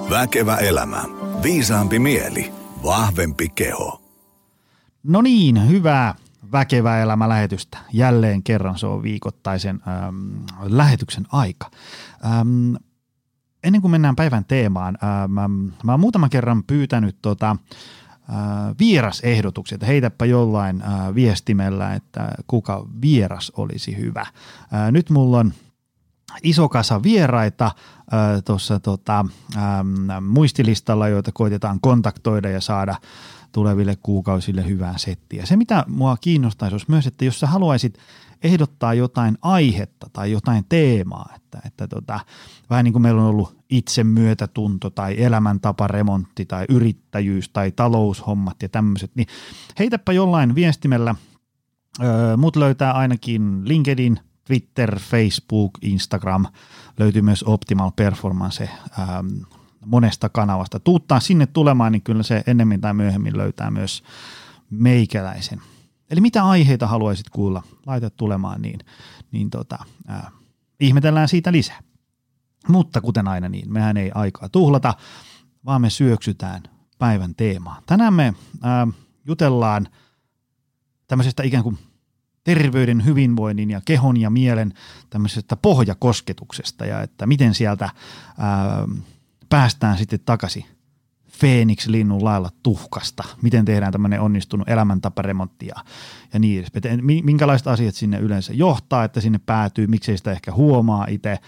Väkevä elämä. Viisaampi mieli. Vahvempi keho. No niin, hyvää Väkevä elämä -lähetystä. Jälleen kerran se on viikoittaisen lähetyksen aika. Ennen kuin mennään päivän teemaan, mä oon muutaman kerran pyytänyt vierasehdotuksia, että heitäpä jollain viestimellä, että kuka vieras olisi hyvä. Nyt mulla on iso kasa vieraita tuossa muistilistalla, joita koitetaan kontaktoida ja saada tuleville kuukausille hyvää settiä. Se, mitä mua kiinnostaisi, olisi myös, että jos sä haluaisit ehdottaa jotain aihetta tai jotain teemaa, että vähän niin kuin meillä on ollut itsemyötätunto tai elämäntaparemontti tai yrittäjyys tai taloushommat ja tämmöiset, niin heitäpä jollain viestimellä. Mut löytää ainakin LinkedIn, Twitter, Facebook, Instagram, löytyy myös Optimal Performance monesta kanavasta. Tuuttaa sinne tulemaan, niin kyllä se ennemmin tai myöhemmin löytää myös meikäläisen. Eli mitä aiheita haluaisit kuulla? Laita tulemaan, niin ihmetellään siitä lisää. Mutta kuten aina niin, mehän ei aikaa tuhlata, vaan me syöksytään päivän teemaan. Tänään me jutellaan tämmöisestä ikään kuin terveyden, hyvinvoinnin ja kehon ja mielen tämmöisestä pohjakosketuksesta ja että miten sieltä päästään sitten takaisin Feeniks-linnun lailla tuhkasta. Miten tehdään tämmöinen onnistunut elämäntaparemontti ja niin edespäin. Minkälaiset asiat sinne yleensä johtaa, että sinne päätyy, miksei sitä ehkä huomaa itse,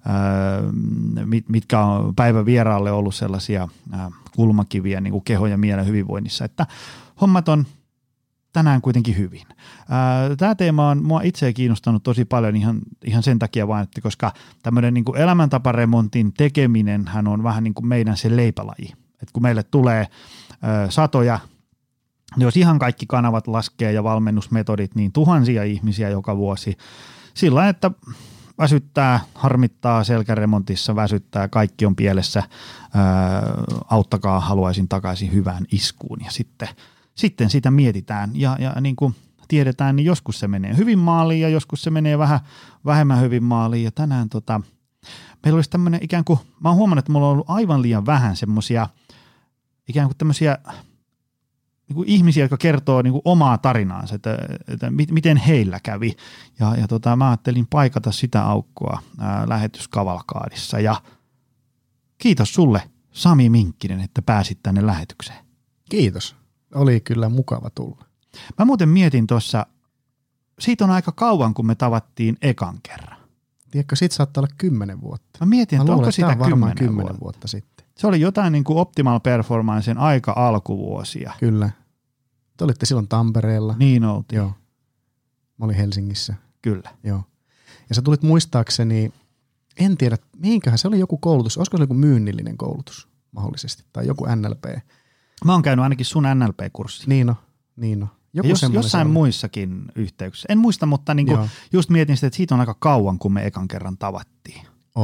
mitkä on päivän vieraalle ollut sellaisia kulmakiviä niin kuin kehon ja mielen hyvinvoinnissa, että hommat on tänään kuitenkin hyvin. Tämä teema on mua itseä kiinnostanut tosi paljon ihan sen takia vaan, että koska tämmöinen niin kuin elämäntaparemontin tekeminen hän on vähän niin kuin meidän se leipälaji. Et kun meille tulee satoja, jos ihan kaikki kanavat laskee ja valmennusmetodit, niin tuhansia ihmisiä joka vuosi sillä, että väsyttää, harmittaa selkäremontissa, väsyttää, kaikki on pielessä, auttakaa, haluaisin takaisin hyvään iskuun ja sitten sitä mietitään ja niin kuin tiedetään, niin joskus se menee hyvin maaliin ja joskus se menee vähän vähemmän hyvin maaliin ja tänään meillä olisi tämmöinen ikään kuin, mä oon huomannut, että mulla on ollut aivan liian vähän semmoisia ikään kuin tämmöisiä niin kuin ihmisiä, jotka kertoo niin kuin omaa tarinaansa, että miten heillä kävi ja mä ajattelin paikata sitä aukkoa lähetyskavalkaadissa ja kiitos sulle Sami Minkkinen, että pääsit tänne lähetykseen. Kiitos. Oli kyllä mukava tulla. Mä muuten mietin tuossa, siitä on aika kauan, kun me tavattiin ekan kerran. Tiedätkö, siitä saattaa olla 10 vuotta. Mä mietin, että onko sitä 10 vuotta sitten. Se oli jotain niin kuin Optimal Performancen aika alkuvuosia. Kyllä. Te olitte silloin Tampereella. Niin oltiin. Joo. Mä olin Helsingissä. Kyllä. Joo. Ja sä tulit muistaakseni, en tiedä, mihinköhän se oli joku koulutus. Olisiko se joku myynnillinen koulutus mahdollisesti tai joku NLP? Mä oon käynyt ainakin sun NLP-kurssi. Niin on. Jossain muissakin yhteyksissä. En muista, mutta niin kuin just mietin sitä, että siitä on aika kauan, kun me ekan kerran tavattiin.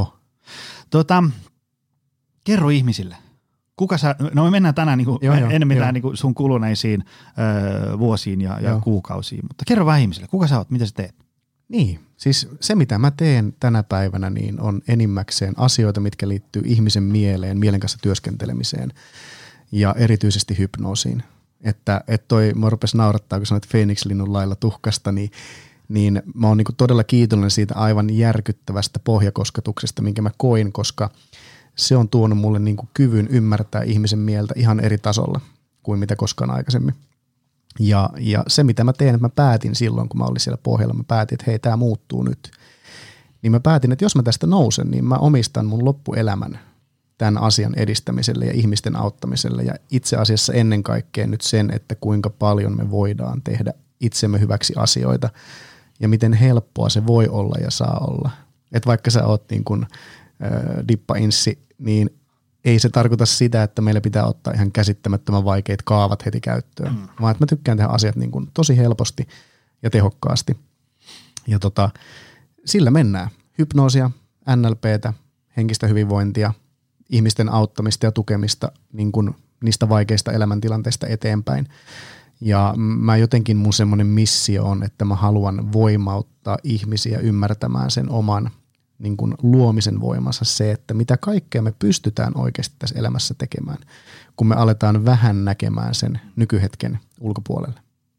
Kerro ihmisille. No me mennään tänään niin kuin enemmän niin kuin sun kuluneisiin vuosiin ja kuukausiin, mutta kerro vähän ihmisille. Kuka sä oot? Mitä sä teet? Niin, siis se mitä mä teen tänä päivänä niin on enimmäkseen asioita, mitkä liittyy ihmisen mieleen, mielen kanssa työskentelemiseen ja erityisesti hypnoosiin. Että mä rupesi naurattaa, kun sanoit Feeniks-linnun lailla tuhkasta, niin mä oon niinku todella kiitollinen siitä aivan järkyttävästä pohjakosketuksesta, minkä mä koin, koska se on tuonut mulle niinku kyvyn ymmärtää ihmisen mieltä ihan eri tasolla kuin mitä koskaan aikaisemmin. Ja se, mitä mä teen, että mä päätin silloin, kun mä olin siellä pohjalla, mä päätin, että hei, tää muuttuu nyt. Niin mä päätin, että jos mä tästä nousen, niin mä omistan mun loppuelämän tämän asian edistämiselle ja ihmisten auttamiselle ja itse asiassa ennen kaikkea nyt sen, että kuinka paljon me voidaan tehdä itsemme hyväksi asioita ja miten helppoa se voi olla ja saa olla. Että vaikka sä oot niin kuin dippainssi, niin ei se tarkoita sitä, että meillä pitää ottaa ihan käsittämättömän vaikeat kaavat heti käyttöön, vaan että mä tykkään tehdä asiat niin kuin tosi helposti ja tehokkaasti. Ja sillä mennään. Hypnoosia, NLPtä, henkistä hyvinvointia, ihmisten auttamista ja tukemista niin kuin niistä vaikeista elämäntilanteista eteenpäin. Ja mä jotenkin mun semmoinen missio on, että mä haluan voimauttaa ihmisiä ymmärtämään sen oman niin kuin luomisen voimassa se, että mitä kaikkea me pystytään oikeasti tässä elämässä tekemään, kun me aletaan vähän näkemään sen nykyhetken ulkopuolelle.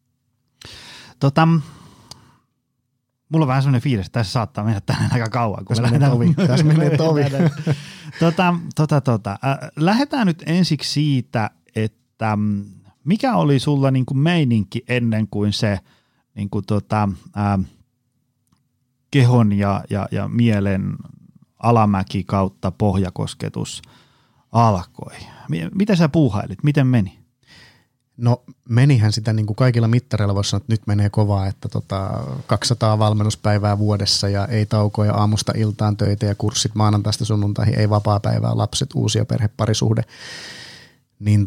Mulla on vähän sellainen fiilis, että tässä saattaa mennä tänne aika kauan. Kun Tässä menee tovi. Lähdetään nyt ensiksi siitä, että mikä oli sulla niin kuin meininki ennen kuin se niin kuin kehon ja mielen alamäki kautta pohjakosketus alkoi? Miten sä puuhailit? Miten meni? No menihän sitä niin kuin kaikilla mittareilla voisi sanoa, että nyt menee kovaa, että 200 valmennuspäivää vuodessa ja ei taukoja aamusta iltaan töitä ja kurssit maanantaista sunnuntaihin, ei vapaapäivää, lapset, uusia perhe, parisuhde. Niin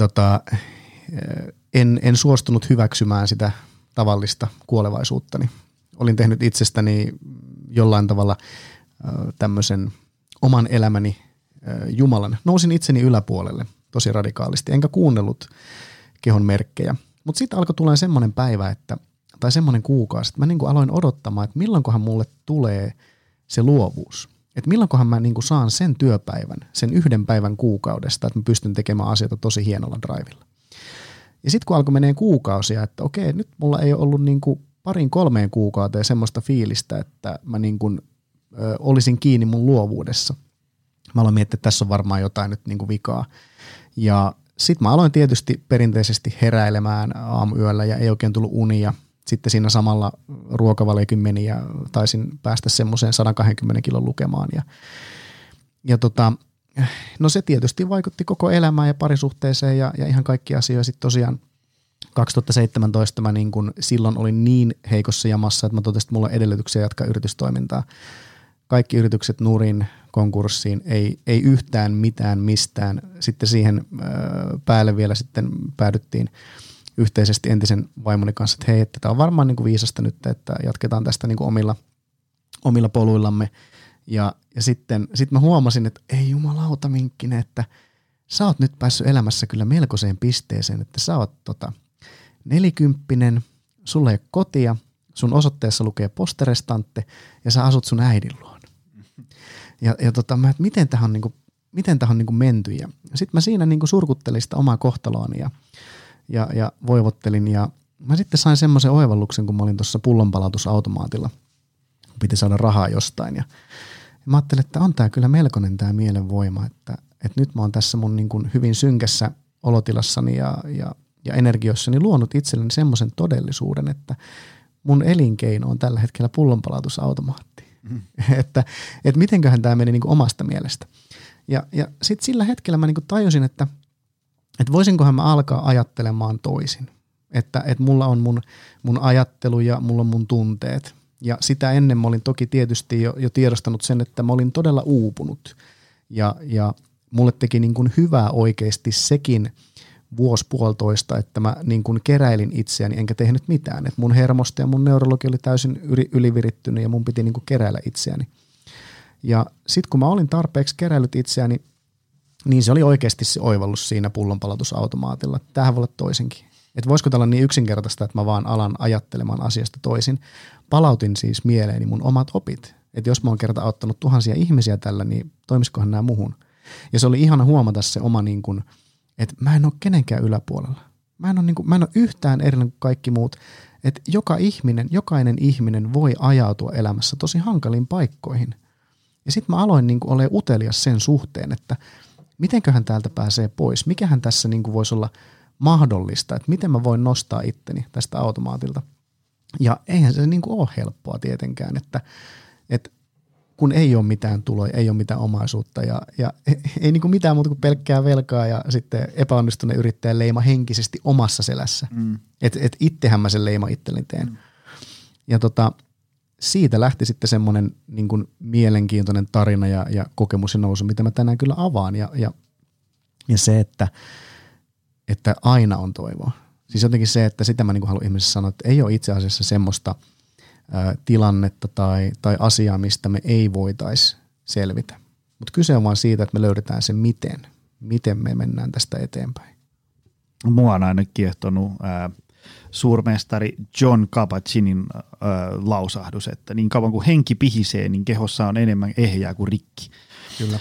en suostunut hyväksymään sitä tavallista kuolevaisuuttani. Olin tehnyt itsestäni jollain tavalla tämmöisen oman elämäni Jumalan. Nousin itseni yläpuolelle tosi radikaalisti, enkä kuunnellut kehon merkkejä. Mutta sitten alkoi tulla semmoinen päivä, tai semmoinen kuukausi, että mä niinku aloin odottamaan, että milloinkohan mulle tulee se luovuus. Että milloinkohan mä niinku saan sen työpäivän, sen 1 päivän kuukaudesta, että mä pystyn tekemään asioita tosi hienolla drivilla. Ja sitten kun alkoi menee kuukausia, että okei, nyt mulla ei ole ollut niinku 2-3 kuukauteen semmoista fiilistä, että mä niinku, olisin kiinni mun luovuudessa. Mä aloin miettiä, että tässä on varmaan jotain nyt niinku vikaa. Ja sitten mä aloin tietysti perinteisesti heräilemään aamuyöllä ja ei oikein tullut unia. Sitten siinä samalla ruokavaliokin meni ja taisin päästä semmoiseen 120 kilon lukemaan. No se tietysti vaikutti koko elämään ja parisuhteeseen ja ihan kaikki asioita. Sitten tosiaan 2017 mä niin kun silloin olin niin heikossa jamassa, että mä totesin, että mulla on edellytyksiä jatkaa yritystoimintaa. Kaikki yritykset nurin, konkurssiin, ei yhtään mitään mistään. Sitten siihen päälle vielä sitten päädyttiin yhteisesti entisen vaimoni kanssa, että hei, että tämä on varmaan niin kuin viisasta nyt, että jatketaan tästä niin kuin omilla poluillamme. Ja sitten mä huomasin, että ei jumalauta Minkkinen, että sä oot nyt päässyt elämässä kyllä melkoiseen pisteeseen, että sä oot 40, sulla ei ole kotia, sun osoitteessa lukee posterestante ja sä asut sun äidin luona. Mä, että miten tähän on niinku menty. Ja sitten mä siinä niinku surkuttelin sitä omaa kohtaloani ja voivottelin. Ja mä sitten sain semmoisen oivalluksen, kun mä olin tuossa pullonpalautusautomaatilla. Piti saada rahaa jostain. Ja mä ajattelin, että on tää kyllä melkoinen tää mielenvoima, että nyt mä oon tässä mun niinku hyvin synkässä olotilassani ja energioissani luonut itselleni semmoisen todellisuuden, että mun elinkeino on tällä hetkellä pullonpalautusautomaatti. Että mitenköhän tämä meni niinku omasta mielestä. Ja sitten sillä hetkellä mä niinku tajusin, että voisinkohan mä alkaa ajattelemaan toisin. Että mulla on mun ajattelu ja mulla on mun tunteet. Ja sitä ennen mä olin toki tietysti jo tiedostanut sen, että mä olin todella uupunut. Ja mulle teki niinku hyvää oikeasti sekin 1,5 että mä niin kuin keräilin itseäni enkä tehnyt mitään. Et mun hermosto ja mun neurologi oli täysin ylivirittynyt ja mun piti niin kuin keräillä itseäni. Ja sitten kun mä olin tarpeeksi keräillyt itseäni, niin se oli oikeasti se oivallus siinä pullonpalautusautomaatilla. Tämähän voi olla toisinkin. Että voisiko tällä olla niin yksinkertaista, että mä vaan alan ajattelemaan asiasta toisin. Palautin siis mieleeni mun omat opit. Että jos mä oon kerta auttanut tuhansia ihmisiä tällä, niin toimisikohan nämä muhun. Ja se oli ihana huomata se oma niin kuin, että mä en ole kenenkään yläpuolella. Mä en ole yhtään erilainen kuin kaikki muut. Että jokainen ihminen voi ajautua elämässä tosi hankaliin paikkoihin. Ja sitten mä aloin niin kuin olemaan utelias sen suhteen, että mitenköhän täältä pääsee pois. Mikähän tässä niin kuin voisi olla mahdollista, että miten mä voin nostaa itteni tästä automaatilta. Ja eihän se niin kuin ole helppoa tietenkään, että kun ei ole mitään tuloja, ei ole mitään omaisuutta ja ei niin kuin mitään muuta kuin pelkkää velkaa ja sitten epäonnistuneen yrittäjän leima henkisesti omassa selässä. Et itsehän mä sen leima itselleni teen. Ja siitä lähti sitten semmoinen niin kuin mielenkiintoinen tarina ja kokemus ja nousu, mitä mä tänään kyllä avaan. Ja se, että aina on toivoa. Siis jotenkin se, että sitä mä niin kuin haluan ihmisessä sanoa, että ei ole itse asiassa semmoista tilannetta tai asiaa, mistä me ei voitaisi selvitä. Mutta kyse on vaan siitä, että me löydetään se miten me mennään tästä eteenpäin. Mua on aina kiehtonut suurmestari John Kabat-Zinin lausahdus, että niin kauan kuin henki pihisee, niin kehossa on enemmän ehjää kuin rikki. Kyllä.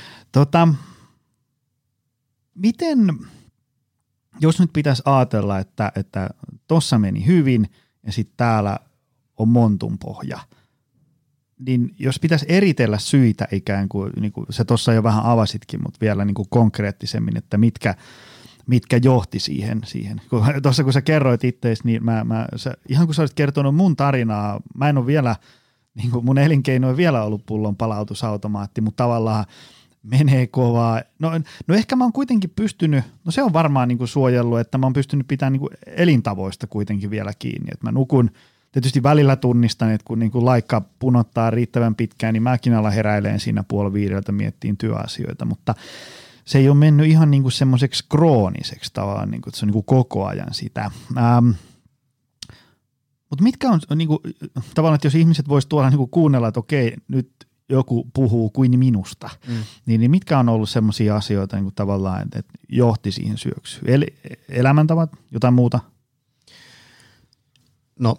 Miten, jos nyt pitäisi ajatella, että tossa meni hyvin ja sitten täällä on montun pohja, niin jos pitäisi eritellä syitä ikään kuin, niin kuin sä tuossa jo vähän avasitkin, mutta vielä niin kuin konkreettisemmin, että mitkä johti siihen. Tuossa kun sä kerroit itseäsi, niin ihan kun sä olisit kertonut mun tarinaa, mä en ole vielä, niin kuin mun elinkeino ei vielä ollut pullon palautusautomaatti, mutta tavallaan menee kovaa. No ehkä mä oon kuitenkin pystynyt, no se on varmaan niin kuin suojellut, että mä oon pystynyt pitämään niin kuin elintavoista kuitenkin vielä kiinni, että mä nukun. Tietysti välillä tunnistan, että kun niin kuin laikka punottaa riittävän pitkään, niin mäkin alan heräileen siinä 4:30 miettiin työasioita, mutta se ei ole mennyt ihan niin kuin semmoiseksi krooniseksi tavallaan, niin kuin, että se on niin kuin koko ajan sitä. Mutta mitkä on niin kuin, tavallaan, että jos ihmiset vois tuolla niin kuin kuunnella, että okei, nyt joku puhuu kuin minusta, niin mitkä on ollut semmoisia asioita niin kuin tavallaan, että johti siihen syöksyyn? Elämäntavat, jotain muuta? No,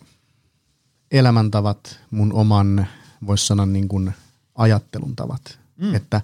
elämäntavat, mun oman, voisi sanoa niin kuin ajattelun tavat. Että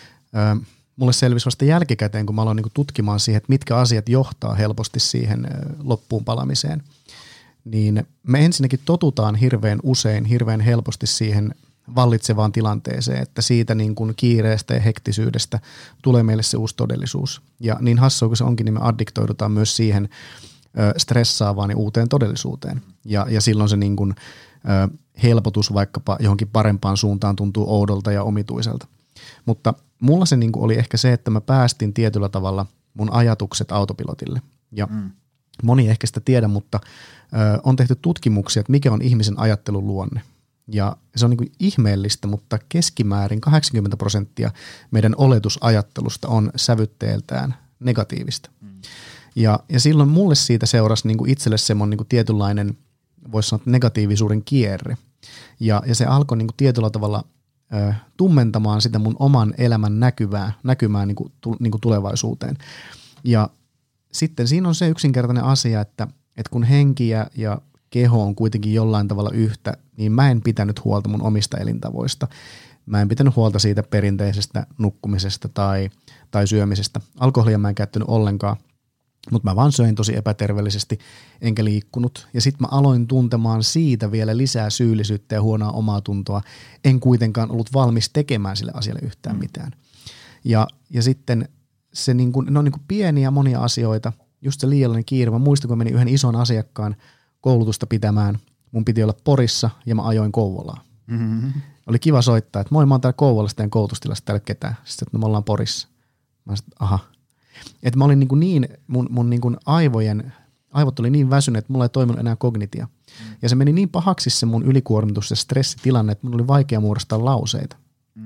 mulle selvisi vasta jälkikäteen, kun mä aloin niin kuin tutkimaan siihen, että mitkä asiat johtaa helposti siihen loppuun palamiseen. Niin me ensinnäkin totutaan hirveän usein, hirveän helposti siihen vallitsevaan tilanteeseen, että siitä niin kuin kiireestä ja hektisyydestä tulee meille se uusi todellisuus. Ja niin hassua kuin se onkin, niin me addiktoidutaan myös siihen stressaavaan ja uuteen todellisuuteen. Ja silloin se niin kuin, helpotus vaikkapa johonkin parempaan suuntaan tuntuu oudolta ja omituiselta. Mutta mulla se niin kuin oli ehkä se, että mä päästin tietyllä tavalla mun ajatukset autopilotille. Ja moni ehkä sitä tiedä, mutta on tehty tutkimuksia, että mikä on ihmisen ajattelun luonne. Ja se on niin kuin ihmeellistä, mutta keskimäärin 80% meidän oletusajattelusta on sävytteeltään negatiivista. Ja silloin mulle siitä seurasi niin kuin itselle semmoinen niin kuin tietynlainen, voisi sanoa, negatiivisuuden kierre. Ja se alkoi niin kuin tietyllä tavalla tummentamaan sitä mun oman elämän näkymää niin kuin tulevaisuuteen. Ja sitten siinä on se yksinkertainen asia, että kun henki ja keho on kuitenkin jollain tavalla yhtä, niin mä en pitänyt huolta mun omista elintavoista. Mä en pitänyt huolta siitä perinteisestä nukkumisesta tai syömisestä. Alkoholia mä en käyttänyt ollenkaan, mutta mä vaan söin tosi epäterveellisesti, enkä liikkunut. Ja sitten mä aloin tuntemaan siitä vielä lisää syyllisyyttä ja huonoa omaa tuntoa. En kuitenkaan ollut valmis tekemään sille asialle yhtään mitään. Ja sitten se ne on niin kuin pieniä monia asioita, just se liiallinen kiire. Mä muistan, kun menin yhden ison asiakkaan koulutusta pitämään. Mun piti olla Porissa ja mä ajoin Kouvolaan. Oli kiva soittaa, että moi, mä oon täällä Kouvolassa teidän koulutustilassa, täällä ketään. Sitten, että no, me ollaan Porissa. Mä sanoin, aha. Että mä olin mun niin kuin aivot oli niin väsyneet, että mulla ei toiminut enää kognitia. Ja se meni niin pahaksi se mun ylikuormitus ja stressitilanne, että mun oli vaikea muodostaa lauseita.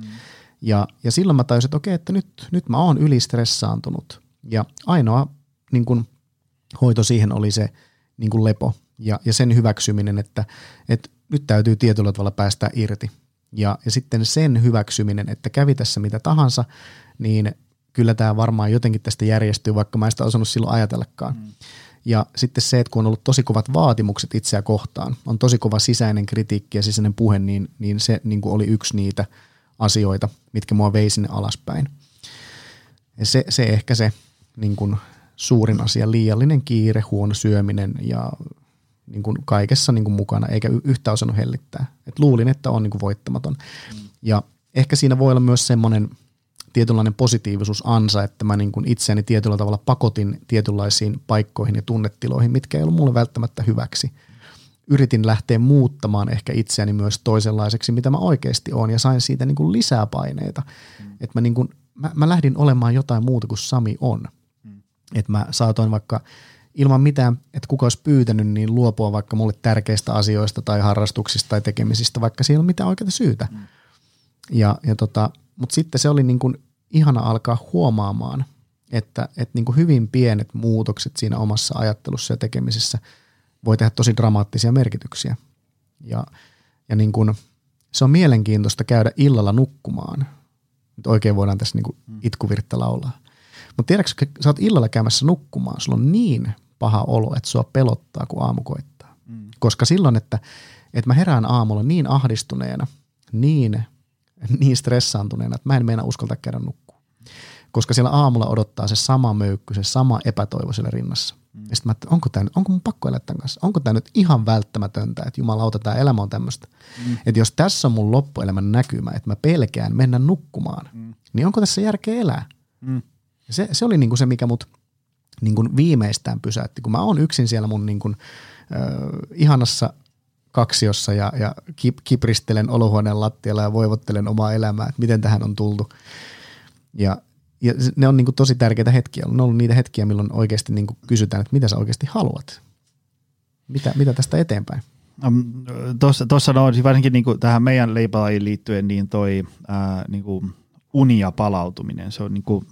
Ja silloin mä tajusin, että okei, että nyt mä oon ylistressaantunut. Ja ainoa niin kuin hoito siihen oli se niin kuin lepo ja sen hyväksyminen, että nyt täytyy tietyllä tavalla päästä irti. Ja sitten sen hyväksyminen, että kävi tässä mitä tahansa, niin kyllä tämä varmaan jotenkin tästä järjestyy, vaikka mä en sitä osannut silloin ajatellakaan. Ja sitten se, että kun on ollut tosi kovat vaatimukset itseä kohtaan, on tosi kova sisäinen kritiikki ja sisäinen puhe, niin se niin kuin oli yksi niitä asioita, mitkä mua vei sinne alaspäin. Ja se ehkä se niin kuin suurin asia, liiallinen kiire, huono syöminen ja niin kuin kaikessa niin kuin mukana, eikä yhtään osannut hellittää. Et luulin, että on niin kuin voittamaton. Ja ehkä siinä voi olla myös semmoinen tietynlainen positiivisuusansa, että mä niin kuin itseäni tietyllä tavalla pakotin tietynlaisiin paikkoihin ja tunnetiloihin, mitkä ei ollut mulle välttämättä hyväksi. Yritin lähteä muuttamaan ehkä itseäni myös toisenlaiseksi, mitä mä oikeasti oon, ja sain siitä niin kuin lisää paineita. Että mä lähdin olemaan jotain muuta kuin Sami on. Että mä saatoin vaikka ilman mitään, että kuka olisi pyytänyt, niin luopua vaikka mulle tärkeistä asioista tai harrastuksista tai tekemisistä, vaikka siellä ei ole mitään oikeaa syytä. Mutta sitten se oli niin kuin ihana alkaa huomaamaan, että niin kuin hyvin pienet muutokset siinä omassa ajattelussa ja tekemisessä voi tehdä tosi dramaattisia merkityksiä. Ja niin kuin, se on mielenkiintoista käydä illalla nukkumaan. Nyt oikein voidaan tässä niin kuin itkuvirttä laulaa. Mutta tiedätkö, sä oot illalla käymässä nukkumaan, sulla on niin paha olo, että sua pelottaa, kun aamu koittaa. Koska silloin, että mä herään aamulla niin ahdistuneena, niin stressaantuneena, että mä en meinaa uskaltaa käydä nukkua. Koska siellä aamulla odottaa se sama möykky, se sama epätoivo siellä rinnassa. Ja sitten mä ajattelin, onko mun pakko elää tämän kanssa? Onko tämä nyt ihan välttämätöntä, että jumalauta, tämä elämä on tämmöistä? Että jos tässä on mun loppuelämän näkymä, että mä pelkään mennä nukkumaan, niin onko tässä järkeä elää? Se oli niinku se, mikä mut niinku viimeistään pysäytti. Kun mä oon yksin siellä mun niinku, ihanassa kaksiossa ja kipristelen olohuoneen lattialla ja voivottelen omaa elämää, että miten tähän on tultu. Ja ne on niinku tosi tärkeitä hetkiä. On ollut niitä hetkiä, milloin oikeasti niinku kysytään, että mitä sä oikeasti haluat? Mitä tästä eteenpäin? Tuossa varsinkin niinku tähän meidän leipälajiin liittyen niin toi niinku uni ja palautuminen. Se on niinku,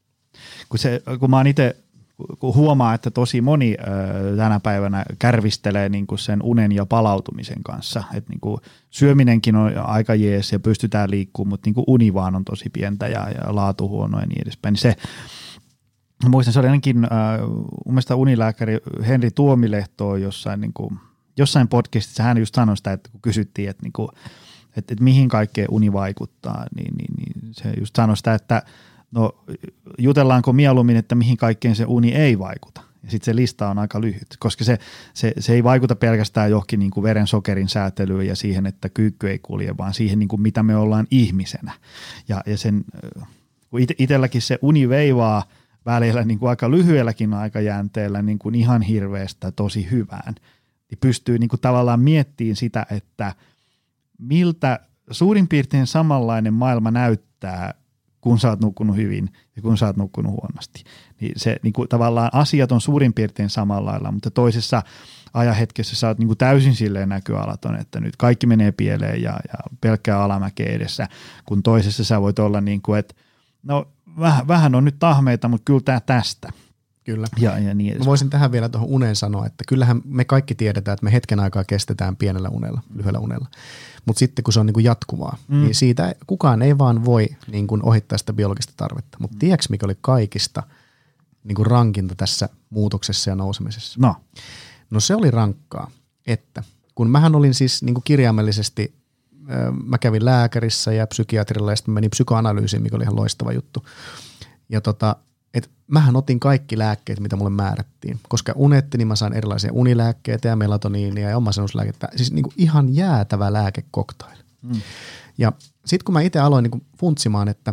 kun mä oon itse huomaa, että tosi moni tänä päivänä kärvistelee niinku sen unen ja palautumisen kanssa. Et niinku syöminenkin on aika jees ja pystytään liikkumaan, mutta niinku uni vaan on tosi pientä ja laatu huono ja niin edespäin. Niin se, muistan, se oli ainakin mun mielestä unilääkäri Henri Tuomilehto jossain podcastissa, hän just sanoi sitä, että kun kysyttiin, että niinku, että mihin kaikkeen uni vaikuttaa, niin se just sanoi sitä, että no jutellaanko mieluummin, että mihin kaikkeen se uni ei vaikuta. Ja sitten se lista on aika lyhyt, koska se ei vaikuta pelkästään johonkin niin kuin verensokerin säätelyyn ja siihen, että kyykky ei kulje, vaan siihen, niin kuin mitä me ollaan ihmisenä. Ja sen, kun itselläkin se uni veivaa välillä niin kuin aika lyhyelläkin aikajänteellä niin kuin ihan hirveästä tosi hyvään, niin pystyy niin kuin tavallaan miettimään sitä, että miltä suurin piirtein samanlainen maailma näyttää, kun sä oot nukkunut hyvin ja kun sä oot nukkunut huonosti. Niin se niin kuin, tavallaan asiat on suurin piirtein samalla lailla, mutta toisessa ajanhetkessä sä oot niin kuin täysin silleen näköalaton, että nyt kaikki menee pieleen ja pelkkää alamäkeä edessä, kun toisessa sä voit olla niin kuin, että no vähän on nyt tahmeita, mutta kyllä tää tästä. Kyllä. Ja niin edespäin. Mä voisin tähän vielä tuohon uneen sanoa, että kyllähän me kaikki tiedetään, että me hetken aikaa kestetään pienellä unella, lyhyellä unella. Mutta sitten kun se on niin kuin jatkuvaa, niin siitä kukaan ei vaan voi niin kuin ohittaa sitä biologista tarvetta. Mutta tiedätkö, mikä oli kaikista niin kuin rankinta tässä muutoksessa ja nousemisessa? No se oli rankkaa, että kun mähän olin siis niin kuin kirjaimellisesti, mä kävin lääkärissä ja psykiatrilla ja sitten menin psykoanalyysiin, mikä oli ihan loistava juttu. Ja että mähän otin kaikki lääkkeet, mitä mulle määrättiin, koska unetti, niin mä sain erilaisia unilääkkeitä ja melatoniinia ja omasennusλääkettä, siis niin kuin ihan jäätävä lääkekoktail. Ja sitten kun mä itse aloin niin kuin funtsimaan, että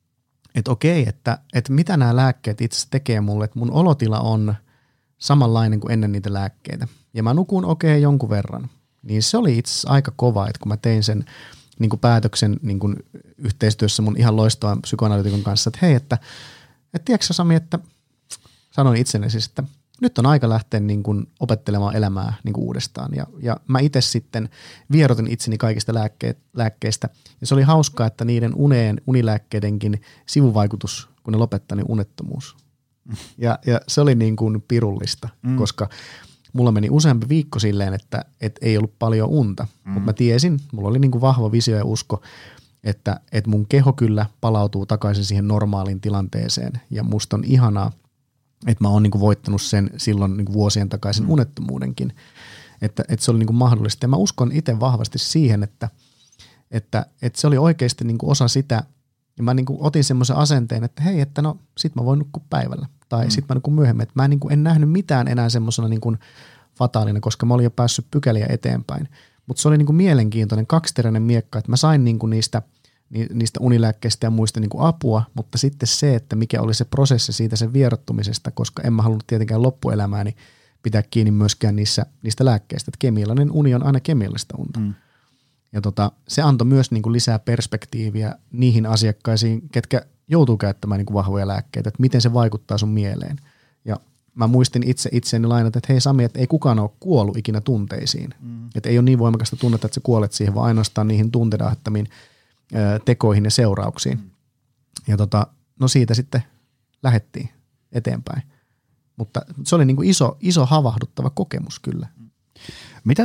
okei, että mitä nämä lääkkeet itse asiassa tekee mulle, että mun olotila on samanlainen kuin ennen niitä lääkkeitä ja mä nukun jonkun verran, niin se oli itse asiassa aika kova, että kun mä tein sen niin kuin päätöksen niin kuin yhteistyössä mun ihan loistavan psykoanalyytikon kanssa, että hei, että tiedätkö Sami, että sanoin itselleni siis, että nyt on aika lähteä niin kuin opettelemaan elämää niin kuin uudestaan. Ja mä itse sitten vierotin itseni kaikista lääkkeistä. Ja se oli hauskaa, että niiden unilääkkeidenkin sivuvaikutus, kun ne lopettaa, niin unettomuus. Ja se oli niin kuin pirullista, koska mulla meni useampi viikko silleen, että ei ollut paljon unta. Mutta mä tiesin, mulla oli niin kuin vahva visio ja usko, että mun keho kyllä palautuu takaisin siihen normaaliin tilanteeseen ja musta on ihanaa, että mä oon niinku voittanut sen silloin niinku vuosien takaisin unettomuudenkin, että se oli niinku mahdollista ja mä uskon itse vahvasti siihen, että se oli oikeasti niinku osa sitä ja mä niinku otin semmoisen asenteen, että hei, että no sit mä voin nukkua päivällä tai sit mä nukun myöhemmin, että mä en nähnyt mitään enää semmosena niinku fataalina, koska mä olin jo päässyt pykäliä eteenpäin, mutta se oli niinku mielenkiintoinen kaksiteräinen miekka, että mä sain niinku niistä unilääkkeistä ja muista niin kuin apua, mutta sitten se, että mikä oli se prosessi siitä sen vierottumisesta, koska en mä halunnut tietenkään loppuelämääni pitää kiinni myöskään niistä lääkkeistä, että kemiallinen uni on aina kemiallista unta. Ja se antoi myös niin kuin lisää perspektiiviä niihin asiakkaisiin, ketkä joutuu käyttämään niin kuin vahvoja lääkkeitä, että miten se vaikuttaa sun mieleen. Ja mä muistin itseäni lainata, että hei Sami, että ei kukaan ole kuollut ikinä tunteisiin. Että ei ole niin voimakasta tunnetta, että sä kuolet siihen, vaan ainoastaan niihin tunteiden aiheuttamiin tekoihin ja seurauksiin. Ja no siitä sitten lähdettiin eteenpäin. Mutta se oli niin kuin iso havahduttava kokemus kyllä. Mitä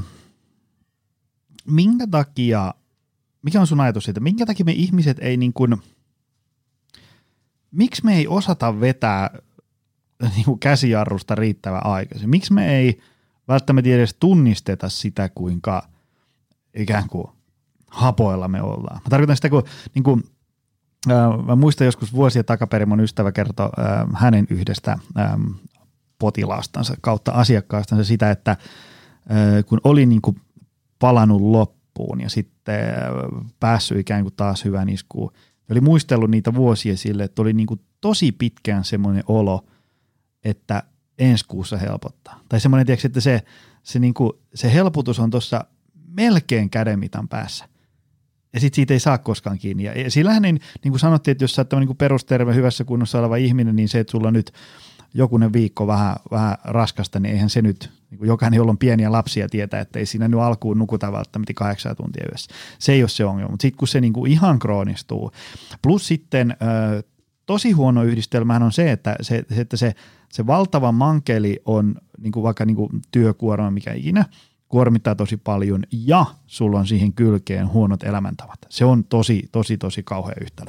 minkä takia, mikä on sun ajatus siitä, minkä takia me ihmiset ei niin kuin, miksi me ei osata vetää niin kuin käsijarrusta riittävän aikaisin? Miksi me ei välttämättä edes tunnisteta sitä, kuinka ikään kuin hapoilla me ollaan? Mä tarkoitan sitä, kun niin kuin, mä muistan joskus vuosia takaperin mun ystävä kertoi hänen yhdestä potilaastansa kautta asiakkaastansa sitä, että kun oli niin kuin palannut loppuun ja sitten päässyt ikään kuin taas hyvän iskuun, oli muistellut niitä vuosia sille, että oli niin kuin tosi pitkään semmoinen olo, että ensi kuussa helpottaa. Tai semmoinen, tiedätkö, että se helpotus on tuossa melkein kädenmitan päässä. Ja sitten siitä ei saa koskaan kiinni. Ja sillähän niin kuin sanottiin, että jos sä oot tämmöinen niin perusterve, hyvässä kunnossa oleva ihminen, niin se, että sulla nyt jokunen viikko vähän raskasta, niin eihän se nyt, niin kuin jokainen, jolla on pieniä lapsia, tietää, että ei siinä nyt alkuun nukuta välttämättä 8 tuntia yössä. Se ei ole se ongelma, mutta sitten kun se niin kuin ihan kroonistuu, plus sitten tosi huono yhdistelmähän on se, että se valtava mankeli on niin kuin vaikka niin kuin työkuorma, mikä ikinä, kuormittaa tosi paljon ja sulla on siihen kylkeen huonot elämäntavat. Se on tosi kauhea yhtälö.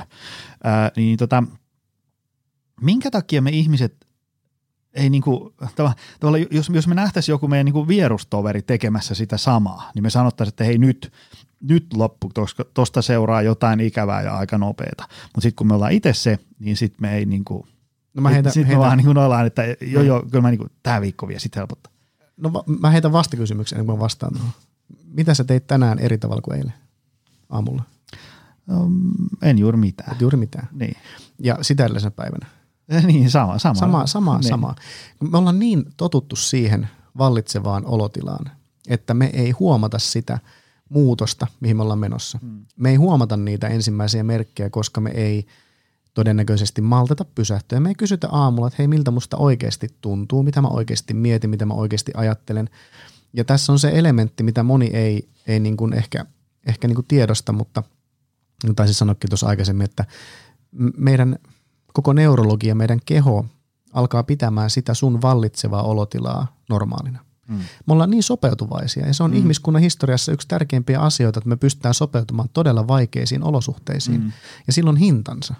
Minkä takia me ihmiset ei niinku, tavallaan, jos me nähtäisiin joku meidän niinku vierustoveri tekemässä sitä samaa, niin me sanottaisiin, että hei nyt loppu, tuosta seuraa jotain ikävää ja aika nopeata. Mutta sitten kun me ollaan itse se, niin sitten me ei niinku, sitten me vaan niinku ollaan, että kyllä mä niinku, tää viikko vielä sitten helpottaa. No mä heitän vastakysymyksen, ennen kuin mä vastaan tuohon. Mitä sä teit tänään eri tavalla kuin eilen aamulla? En juuri mitään. Et juuri mitään. Niin. Ja sitä edellisenä päivänä? Niin, sama. Me ollaan niin totuttu siihen vallitsevaan olotilaan, että me ei huomata sitä muutosta, mihin me ollaan menossa. Me ei huomata niitä ensimmäisiä merkkejä, koska me ei todennäköisesti malteta pysähtyä. Me ei kysytä aamulla, että hei, miltä musta oikeasti tuntuu, mitä mä oikeasti mietin, mitä mä oikeasti ajattelen. Ja tässä on se elementti, mitä moni ei niin kuin ehkä niin kuin tiedosta, mutta taisin sanoakin tuossa aikaisemmin, että meidän koko neurologia, meidän keho alkaa pitämään sitä sun vallitsevaa olotilaa normaalina. Me ollaan niin sopeutuvaisia ja se on ihmiskunnan historiassa yksi tärkeimpiä asioita, että me pystytään sopeutumaan todella vaikeisiin olosuhteisiin ja silloin hintansa.